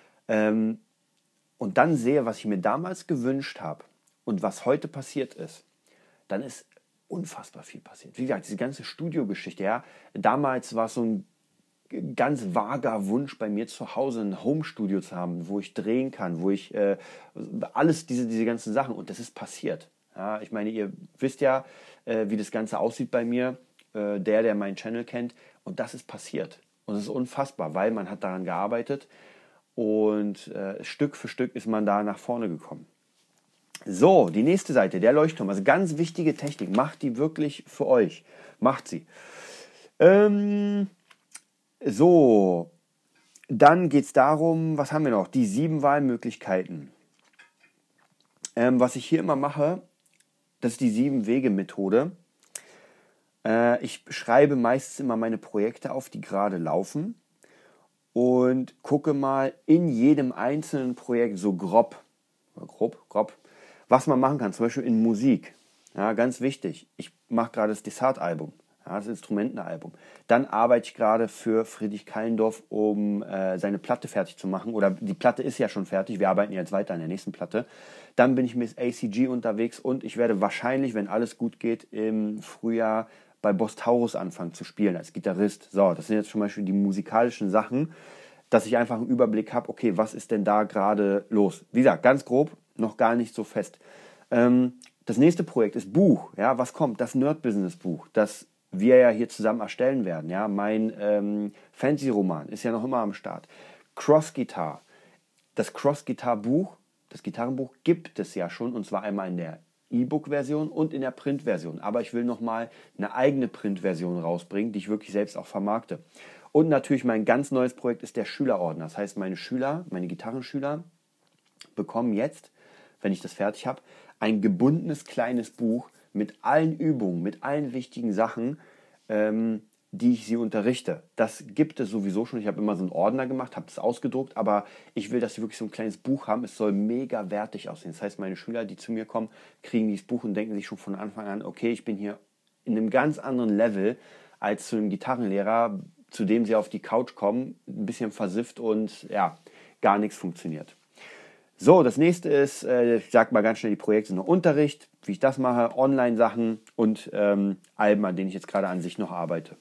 und dann sehe, was ich mir damals gewünscht habe und was heute passiert ist, dann ist unfassbar viel passiert. Wie gesagt, diese ganze Studiogeschichte, ja, damals war es so ein ganz vager Wunsch bei mir zu Hause ein Homestudio zu haben, wo ich drehen kann, wo ich alles diese ganzen Sachen und das ist passiert. Ja, ich meine, ihr wisst ja, wie das Ganze aussieht bei mir, der meinen Channel kennt und das ist passiert und es ist unfassbar, weil man hat daran gearbeitet und Stück für Stück ist man da nach vorne gekommen. So, die nächste Seite, der Leuchtturm, also ganz wichtige Technik, macht die wirklich für euch, macht sie. So, dann geht es darum, was haben wir noch? Die 7 Wahlmöglichkeiten. Was ich hier immer mache, das ist die 7-Wege-Methode. Ich schreibe meistens immer meine Projekte auf, die gerade laufen und gucke mal in jedem einzelnen Projekt so grob, was man machen kann, zum Beispiel in Musik. Ja, ganz wichtig, ich mache gerade das Desart-Album. Ja, das Instrumentenalbum. Dann arbeite ich gerade für Friedrich Kallendorf, um seine Platte fertig zu machen. Oder die Platte ist ja schon fertig, wir arbeiten jetzt weiter an der nächsten Platte. Dann bin ich mit ACG unterwegs und ich werde wahrscheinlich, wenn alles gut geht, im Frühjahr bei Boss Taurus anfangen zu spielen als Gitarrist. So, das sind jetzt zum Beispiel die musikalischen Sachen, dass ich einfach einen Überblick habe, okay, was ist denn da gerade los? Wie gesagt, ganz grob, noch gar nicht so fest. Das nächste Projekt ist Buch. Ja, was kommt? Das Nerd-Business-Buch, das wir ja hier zusammen erstellen werden. Ja, mein Fantasy-Roman ist ja noch immer am Start. Cross-Guitar. Das Cross-Guitar-Buch, das Gitarrenbuch gibt es ja schon und zwar einmal in der E-Book-Version und in der Print-Version. Aber ich will nochmal eine eigene Print-Version rausbringen, die ich wirklich selbst auch vermarkte. Und natürlich mein ganz neues Projekt ist der Schülerordner. Das heißt, meine Schüler, meine Gitarrenschüler bekommen jetzt, wenn ich das fertig habe, ein gebundenes kleines Buch mit allen Übungen, mit allen wichtigen Sachen, die ich sie unterrichte. Das gibt es sowieso schon. Ich habe immer so einen Ordner gemacht, habe das ausgedruckt, aber ich will, dass sie wirklich so ein kleines Buch haben. Es soll mega wertig aussehen. Das heißt, meine Schüler, die zu mir kommen, kriegen dieses Buch und denken sich schon von Anfang an, okay, ich bin hier in einem ganz anderen Level als zu einem Gitarrenlehrer, zu dem sie auf die Couch kommen, ein bisschen versifft und ja, gar nichts funktioniert. So, das nächste ist, ich sage mal ganz schnell, die Projekte sind noch Unterricht, wie ich das mache, Online-Sachen und Alben, an denen ich jetzt gerade an sich noch arbeite.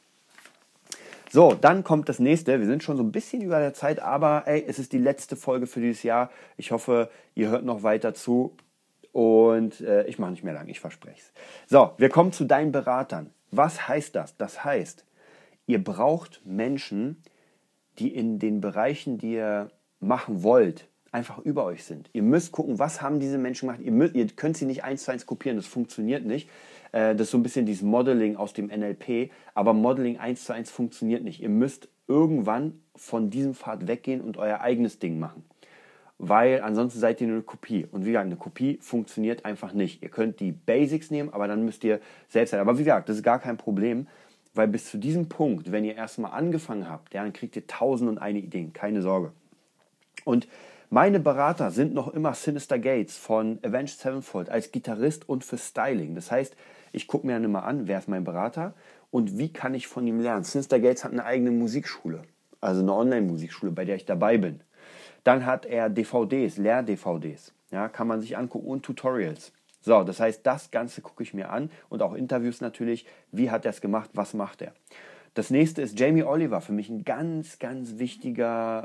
So, dann kommt das nächste. Wir sind schon so ein bisschen über der Zeit, aber ey, es ist die letzte Folge für dieses Jahr. Ich hoffe, ihr hört noch weiter zu. und ich mache nicht mehr lang, ich verspreche es. So, wir kommen zu deinen Beratern. Was heißt das? Das heißt, ihr braucht Menschen, die in den Bereichen, die ihr machen wollt, einfach über euch sind. Ihr müsst gucken, was haben diese Menschen gemacht. Ihr könnt sie nicht 1:1 kopieren, das funktioniert nicht. Das ist so ein bisschen dieses Modeling aus dem NLP, aber Modeling 1:1 funktioniert nicht. Ihr müsst irgendwann von diesem Pfad weggehen und euer eigenes Ding machen. Weil ansonsten seid ihr nur eine Kopie. Und wie gesagt, eine Kopie funktioniert einfach nicht. Ihr könnt die Basics nehmen, aber dann müsst ihr selbst sein. Aber wie gesagt, das ist gar kein Problem, weil bis zu diesem Punkt, wenn ihr erstmal angefangen habt, ja, dann kriegt ihr 1001 Ideen, keine Sorge. Und meine Berater sind noch immer Sinister Gates von Avenged Sevenfold als Gitarrist und für Styling. Das heißt, ich gucke mir dann immer an, wer ist mein Berater und wie kann ich von ihm lernen. Sinister Gates hat eine eigene Musikschule, also eine Online-Musikschule, bei der ich dabei bin. Dann hat er DVDs, Lehr-DVDs, ja, kann man sich angucken und Tutorials. So, das heißt, das Ganze gucke ich mir an und auch Interviews natürlich. Wie hat er es gemacht, was macht er? Das nächste ist Jamie Oliver, für mich ein ganz, ganz wichtiger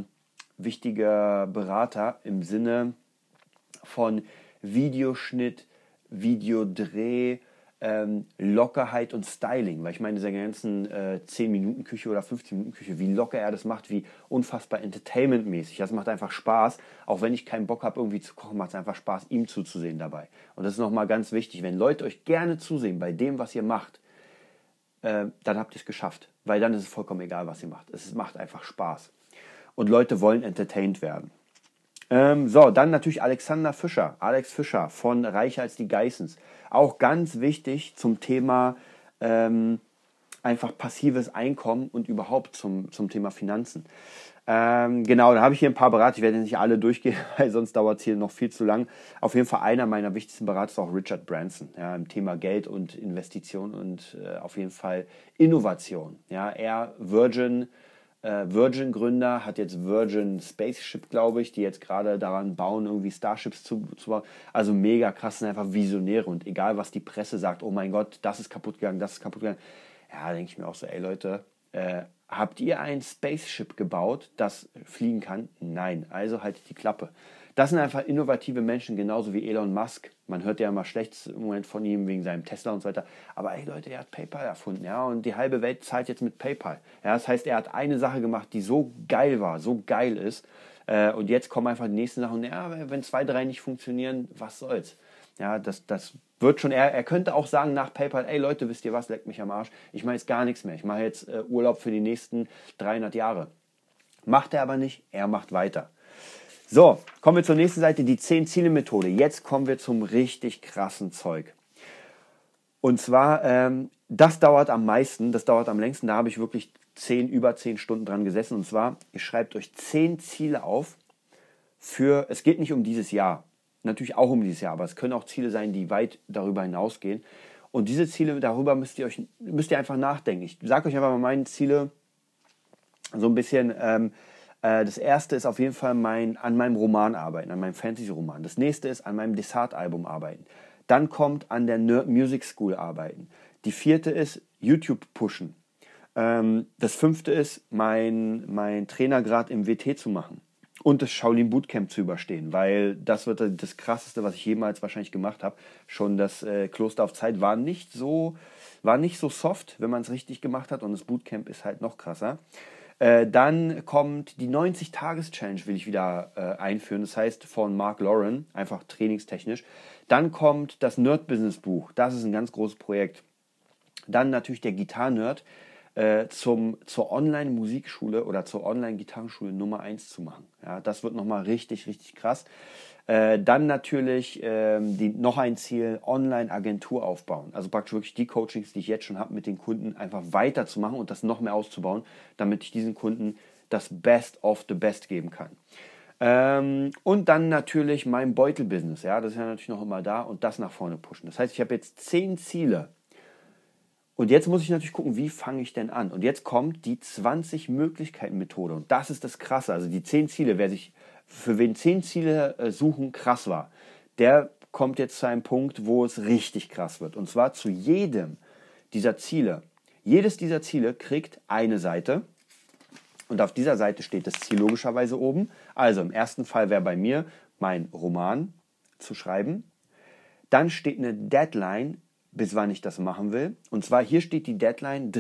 Berater im Sinne von Videoschnitt, Videodreh, Lockerheit und Styling, weil ich meine, diese ganzen 10-Minuten-Küche oder 15-Minuten-Küche, wie locker er das macht, wie unfassbar entertainmentmäßig, das macht einfach Spaß, auch wenn ich keinen Bock habe irgendwie zu kochen, macht es einfach Spaß, ihm zuzusehen dabei. Und das ist nochmal ganz wichtig, wenn Leute euch gerne zusehen bei dem, was ihr macht, dann habt ihr es geschafft, weil dann ist es vollkommen egal, was ihr macht. Es macht einfach Spaß. Und Leute wollen entertained werden. So, dann natürlich Alex Fischer von Reicher als die Geissens. Auch ganz wichtig zum Thema einfach passives Einkommen und überhaupt zum Thema Finanzen. Genau, da habe ich hier ein paar Berater, ich werde nicht alle durchgehen, weil sonst dauert es hier noch viel zu lang. Auf jeden Fall einer meiner wichtigsten Berater ist auch Richard Branson, ja, im Thema Geld und Investition und auf jeden Fall Innovation. Ja, er Virgin-Gründer, hat jetzt Virgin Spaceship, glaube ich, die jetzt gerade daran bauen, irgendwie Starships zu bauen. Also mega krass, sind einfach Visionäre und egal, was die Presse sagt, oh mein Gott, das ist kaputt gegangen, das ist kaputt gegangen. Ja, denke ich mir auch so, ey Leute, habt ihr ein Spaceship gebaut, das fliegen kann? Nein, also haltet die Klappe. Das sind einfach innovative Menschen, genauso wie Elon Musk. Man hört ja immer Schlechtes im Moment von ihm wegen seinem Tesla und so weiter. Aber ey Leute, er hat PayPal erfunden, ja, und die halbe Welt zahlt jetzt mit PayPal. Ja, das heißt, er hat eine Sache gemacht, die so geil war, so geil ist. Und jetzt kommen einfach die nächsten Sachen. Ja, wenn 2, 3 nicht funktionieren, was soll's? Ja, das wird schon, er könnte auch sagen nach PayPal, ey Leute, wisst ihr was, leckt mich am Arsch. Ich mache jetzt gar nichts mehr. Ich mache jetzt Urlaub für die nächsten 300 Jahre. Macht er aber nicht, er macht weiter. So, kommen wir zur nächsten Seite, die 10-Ziele-Methode. Jetzt kommen wir zum richtig krassen Zeug. Und zwar, das dauert am meisten, das dauert am längsten. Da habe ich wirklich über 10 Stunden dran gesessen. Und zwar, ihr schreibt euch 10 Ziele auf es geht nicht um dieses Jahr. Natürlich auch um dieses Jahr, aber es können auch Ziele sein, die weit darüber hinausgehen. Und diese Ziele, darüber müsst ihr einfach nachdenken. Ich sage euch einfach mal meine Ziele so ein bisschen. Das erste ist auf jeden Fall an meinem Roman arbeiten, an meinem Fantasy-Roman. Das nächste ist an meinem Desart-Album arbeiten. Dann kommt an der Nerd Music School arbeiten. Die 4. ist YouTube pushen. Das 5. ist mein Trainergrad im WT zu machen. Und das Shaolin Bootcamp zu überstehen, weil das wird das Krasseste, was ich jemals wahrscheinlich gemacht habe. Schon das Kloster auf Zeit war nicht so soft, wenn man es richtig gemacht hat, und das Bootcamp ist halt noch krasser. Dann kommt die 90-Tages-Challenge, will ich wieder einführen. Das heißt von Mark Lauren, einfach trainingstechnisch. Dann kommt das Nerd-Business-Buch. Das ist ein ganz großes Projekt. Dann natürlich der Gitarren-Nerd zur Online-Musikschule oder zur Online-Gitarrenschule Nummer 1 zu machen. Ja, das wird nochmal richtig, richtig krass. Dann natürlich noch ein Ziel, Online-Agentur aufbauen. Also praktisch wirklich die Coachings, die ich jetzt schon habe, mit den Kunden einfach weiterzumachen und das noch mehr auszubauen, damit ich diesen Kunden das Best of the Best geben kann. Und dann natürlich mein Beutel-Business. Ja, das ist ja natürlich noch immer da und das nach vorne pushen. Das heißt, ich habe jetzt 10 Ziele. Und jetzt muss ich natürlich gucken, wie fange ich denn an? Und jetzt kommt die 20-Möglichkeiten-Methode. Und das ist das Krasse. Also die 10 Ziele, für wen 10 Ziele suchen krass war, der kommt jetzt zu einem Punkt, wo es richtig krass wird. Und zwar zu jedem dieser Ziele. Jedes dieser Ziele kriegt eine Seite. Und auf dieser Seite steht das Ziel logischerweise oben. Also im ersten Fall wäre bei mir mein Roman, zu schreiben. Dann steht eine Deadline, bis wann ich das machen will. Und zwar hier steht die Deadline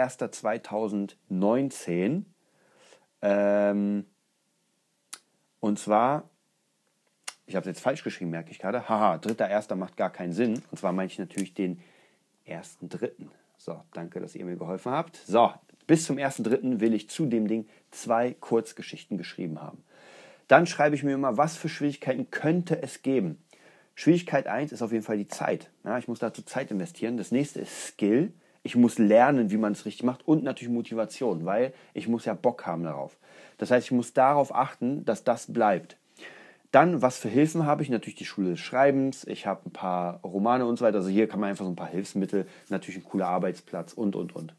3.1.2019. Und zwar, ich habe es jetzt falsch geschrieben, merke ich gerade. Haha, 3.1. macht gar keinen Sinn. Und zwar meine ich natürlich den 1.3. So, danke, dass ihr mir geholfen habt. So, bis zum 1.3. will ich zu dem Ding 2 Kurzgeschichten geschrieben haben. Dann schreibe ich mir immer, was für Schwierigkeiten könnte es geben. Schwierigkeit 1 ist auf jeden Fall die Zeit. Ja, ich muss dazu Zeit investieren. Das nächste ist Skill. Ich muss lernen, wie man es richtig macht und natürlich Motivation, weil ich muss ja Bock haben darauf. Das heißt, ich muss darauf achten, dass das bleibt. Dann, was für Hilfen habe ich? Natürlich die Schule des Schreibens. Ich habe ein paar Romane und so weiter. Also hier kann man einfach so ein paar Hilfsmittel. Natürlich ein cooler Arbeitsplatz und. Und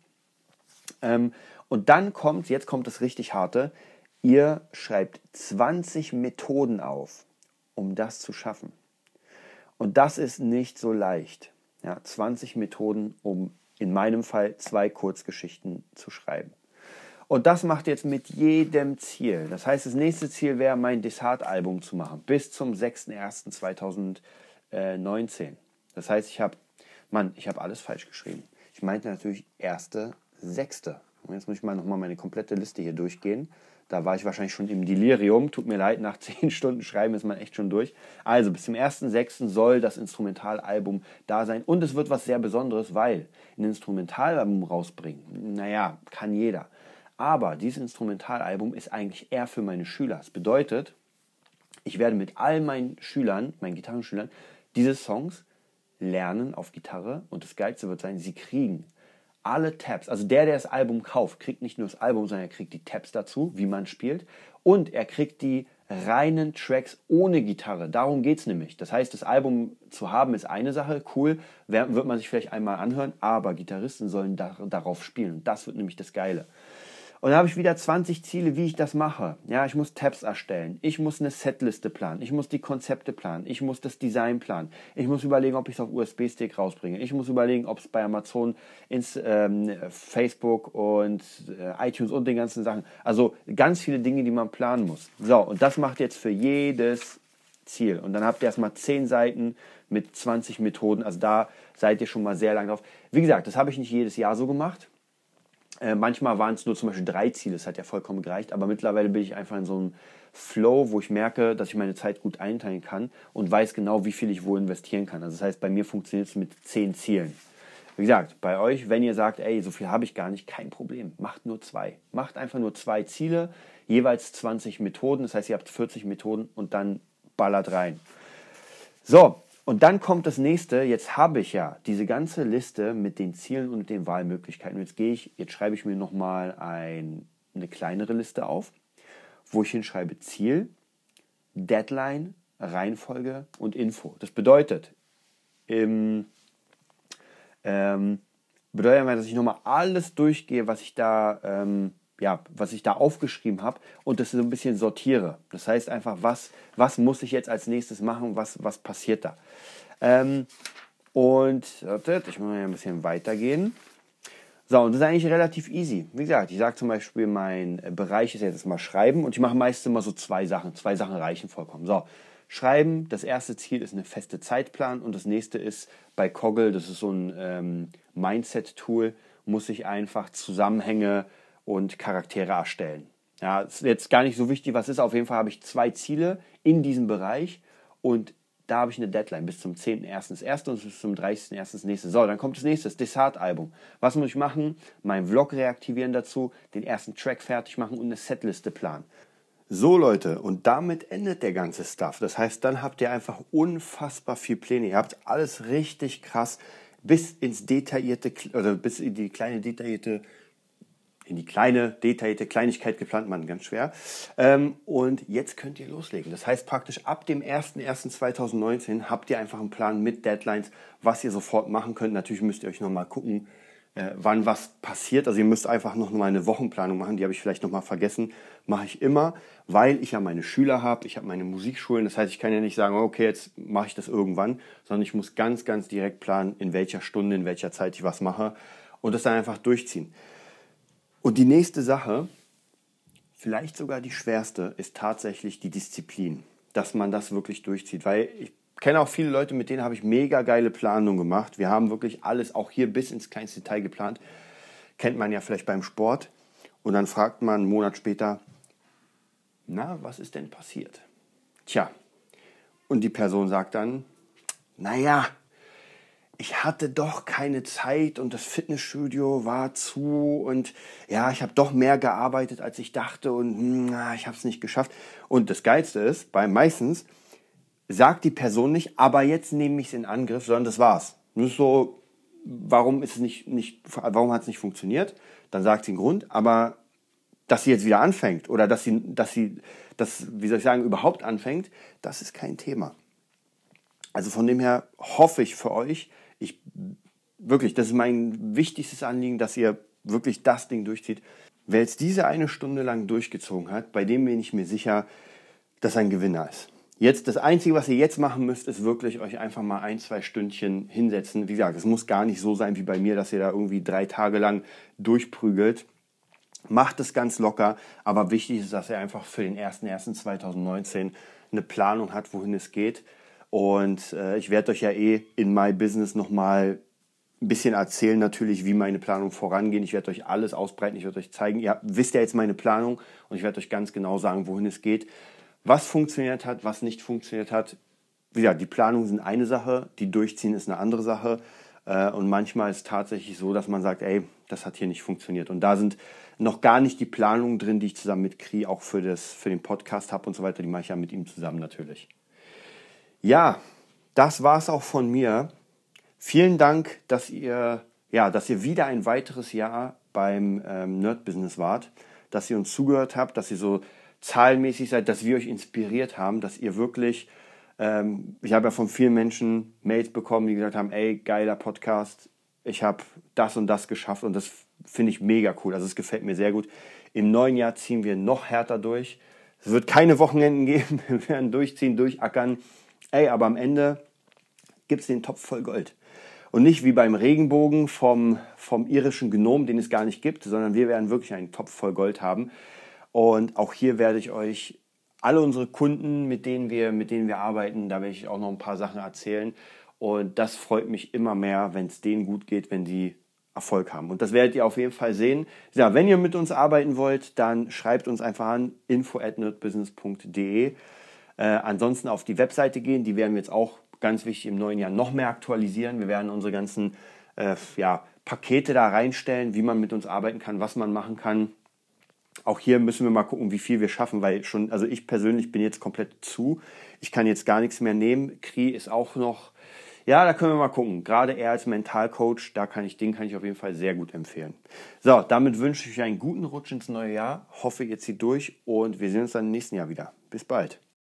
dann jetzt kommt das richtig Harte. Ihr schreibt 20 Methoden auf, um das zu schaffen. Und das ist nicht so leicht. Ja, 20 Methoden, um in meinem Fall 2 Kurzgeschichten zu schreiben. Und das macht jetzt mit jedem Ziel. Das heißt, das nächste Ziel wäre, mein Desart-Album zu machen. Bis zum 6.1.2019. Das heißt, ich habe alles falsch geschrieben. Ich meinte natürlich 1.6. Und jetzt muss ich nochmal meine komplette Liste hier durchgehen. Da war ich wahrscheinlich schon im Delirium. Tut mir leid, nach 10 Stunden Schreiben ist man echt schon durch. Also bis zum 1.6. soll das Instrumentalalbum da sein. Und es wird was sehr Besonderes, weil ein Instrumentalalbum rausbringen, naja, kann jeder. Aber dieses Instrumentalalbum ist eigentlich eher für meine Schüler. Das bedeutet, ich werde mit all meinen Schülern, meinen Gitarrenschülern, diese Songs lernen auf Gitarre. Und das Geilste wird sein, sie kriegen alle Tabs. Also der das Album kauft, kriegt nicht nur das Album, sondern er kriegt die Tabs dazu, wie man spielt. Und er kriegt die reinen Tracks ohne Gitarre. Darum geht es nämlich. Das heißt, das Album zu haben ist eine Sache, cool, wird man sich vielleicht einmal anhören, aber Gitarristen sollen darauf spielen. Und das wird nämlich das Geile. Und dann habe ich wieder 20 Ziele, wie ich das mache. Ja, ich muss Tabs erstellen, ich muss eine Setliste planen, ich muss die Konzepte planen, ich muss das Design planen, ich muss überlegen, ob ich es auf USB-Stick rausbringe, ich muss überlegen, ob es bei Amazon, Facebook und iTunes und den ganzen Sachen, also ganz viele Dinge, die man planen muss. So, und das macht jetzt für jedes Ziel. Und dann habt ihr erstmal 10 Seiten mit 20 Methoden, also da seid ihr schon mal sehr lang drauf. Wie gesagt, das habe ich nicht jedes Jahr so gemacht. Manchmal waren es nur zum Beispiel 3 Ziele, das hat ja vollkommen gereicht, aber mittlerweile bin ich einfach in so einem Flow, wo ich merke, dass ich meine Zeit gut einteilen kann und weiß genau, wie viel ich wo investieren kann. Also das heißt, bei mir funktioniert es mit 10 Zielen. Wie gesagt, bei euch, wenn ihr sagt, ey, so viel habe ich gar nicht, kein Problem, macht nur 2. Macht einfach nur 2 Ziele, jeweils 20 Methoden, das heißt, ihr habt 40 Methoden und dann ballert rein. So. Und dann kommt das nächste, jetzt habe ich ja diese ganze Liste mit den Zielen und den Wahlmöglichkeiten. Und jetzt schreibe ich mir nochmal eine kleinere Liste auf, wo ich hinschreibe Ziel, Deadline, Reihenfolge und Info. Das bedeutet, dass ich nochmal alles durchgehe, was ich da aufgeschrieben habe und das so ein bisschen sortiere. Das heißt einfach, was muss ich jetzt als nächstes machen, was passiert da. Und ich muss mal ein bisschen weitergehen. So, und das ist eigentlich relativ easy. Wie gesagt, ich sage zum Beispiel, mein Bereich ist jetzt mal Schreiben und ich mache meistens immer so 2 Sachen. 2 Sachen reichen vollkommen. So, Schreiben, das erste Ziel ist eine feste Zeitplan und das nächste ist bei Coggle, das ist so ein Mindset-Tool, muss ich einfach Zusammenhänge und Charaktere erstellen. Ja, ist jetzt gar nicht so wichtig, was ist. Auf jeden Fall habe ich 2 Ziele in diesem Bereich und da habe ich eine Deadline bis zum 10.01. das erste und bis zum 30.01. das nächste. So, dann kommt das nächste, das Desart-Album. Was muss ich machen? Meinen Vlog reaktivieren dazu, den ersten Track fertig machen und eine Setliste planen. So Leute, und damit endet der ganze Stuff. Das heißt, dann habt ihr einfach unfassbar viel Pläne. Ihr habt alles richtig krass bis in die kleine detaillierte Kleinigkeit geplant, man, ganz schwer. Und jetzt könnt ihr loslegen. Das heißt praktisch ab dem 1.1.2019 habt ihr einfach einen Plan mit Deadlines, was ihr sofort machen könnt. Natürlich müsst ihr euch nochmal gucken, wann was passiert. Also ihr müsst einfach noch mal eine Wochenplanung machen, die habe ich vielleicht nochmal vergessen. Mache ich immer, weil ich ja meine Schüler habe, ich habe meine Musikschulen. Das heißt, ich kann ja nicht sagen, okay, jetzt mache ich das irgendwann, sondern ich muss ganz, ganz direkt planen, in welcher Stunde, in welcher Zeit ich was mache und das dann einfach durchziehen. Und die nächste Sache, vielleicht sogar die schwerste, ist tatsächlich die Disziplin, dass man das wirklich durchzieht. Weil kenne auch viele Leute, mit denen habe ich mega geile Planung gemacht. Wir haben wirklich alles, auch hier bis ins kleinste Detail geplant. Kennt man ja vielleicht beim Sport. Und dann fragt man einen Monat später, na, was ist denn passiert? Tja, und die Person sagt dann, naja, ich hatte doch keine Zeit und das Fitnessstudio war zu und ja, ich habe doch mehr gearbeitet, als ich dachte und ich habe es nicht geschafft. Und das Geilste ist, meistens sagt die Person nicht, aber jetzt nehme ich es in Angriff, sondern das war's. Nur so, warum hat es nicht funktioniert? Dann sagt sie einen Grund, aber dass sie jetzt wieder anfängt oder dass sie das, wie soll ich sagen, überhaupt anfängt, das ist kein Thema. Also von dem her hoffe ich für euch, wirklich, das ist mein wichtigstes Anliegen, dass ihr wirklich das Ding durchzieht. Wer jetzt diese 1 Stunde lang durchgezogen hat, bei dem bin ich mir sicher, dass er ein Gewinner ist. Jetzt, das Einzige, was ihr jetzt machen müsst, ist wirklich euch einfach mal 1-2 Stündchen hinsetzen. Wie gesagt, es muss gar nicht so sein wie bei mir, dass ihr da irgendwie 3 Tage lang durchprügelt. Macht es ganz locker, aber wichtig ist, dass ihr einfach für den 01.01.2019 eine Planung hat, wohin es geht. Und ich werde euch ja in My Business nochmal ein bisschen erzählen natürlich, wie meine Planung vorangeht. Ich werde euch alles ausbreiten, ich werde euch zeigen, ihr wisst ja jetzt meine Planung und ich werde euch ganz genau sagen, wohin es geht. Was funktioniert hat, was nicht funktioniert hat. Wie gesagt, die Planungen sind eine Sache, die Durchziehen ist eine andere Sache. Und manchmal ist es tatsächlich so, dass man sagt, ey, das hat hier nicht funktioniert. Und da sind noch gar nicht die Planungen drin, die ich zusammen mit Kri auch für den Podcast habe und so weiter. Die mache ich ja mit ihm zusammen natürlich. Ja, das war es auch von mir. Vielen Dank, dass ihr wieder ein weiteres Jahr beim Nerd Business wart, dass ihr uns zugehört habt, dass ihr so zahlenmäßig seid, dass wir euch inspiriert haben, dass ihr wirklich, ich habe ja von vielen Menschen Mails bekommen, die gesagt haben, ey, geiler Podcast, ich habe das und das geschafft und das finde ich mega cool, also es gefällt mir sehr gut. Im neuen Jahr ziehen wir noch härter durch. Es wird keine Wochenenden geben, wir werden durchziehen, durchackern, aber am Ende gibt es den Topf voll Gold. Und nicht wie beim Regenbogen vom irischen Gnom, den es gar nicht gibt, sondern wir werden wirklich einen Topf voll Gold haben. Und auch hier werde ich euch alle unsere Kunden, mit denen wir arbeiten, da werde ich auch noch ein paar Sachen erzählen. Und das freut mich immer mehr, wenn es denen gut geht, wenn die Erfolg haben. Und das werdet ihr auf jeden Fall sehen. Ja, wenn ihr mit uns arbeiten wollt, dann schreibt uns einfach an info@nerdbusiness.de. Ansonsten auf die Webseite gehen, die werden wir jetzt auch ganz wichtig im neuen Jahr noch mehr aktualisieren. Wir werden unsere ganzen Pakete da reinstellen, wie man mit uns arbeiten kann, was man machen kann. Auch hier müssen wir mal gucken, wie viel wir schaffen, weil also ich persönlich bin jetzt komplett zu. Ich kann jetzt gar nichts mehr nehmen. Kri ist auch noch, da können wir mal gucken. Gerade er als Mentalcoach, den kann ich auf jeden Fall sehr gut empfehlen. So, damit wünsche ich euch einen guten Rutsch ins neue Jahr. Hoffe, ihr zieht durch und wir sehen uns dann im nächsten Jahr wieder. Bis bald.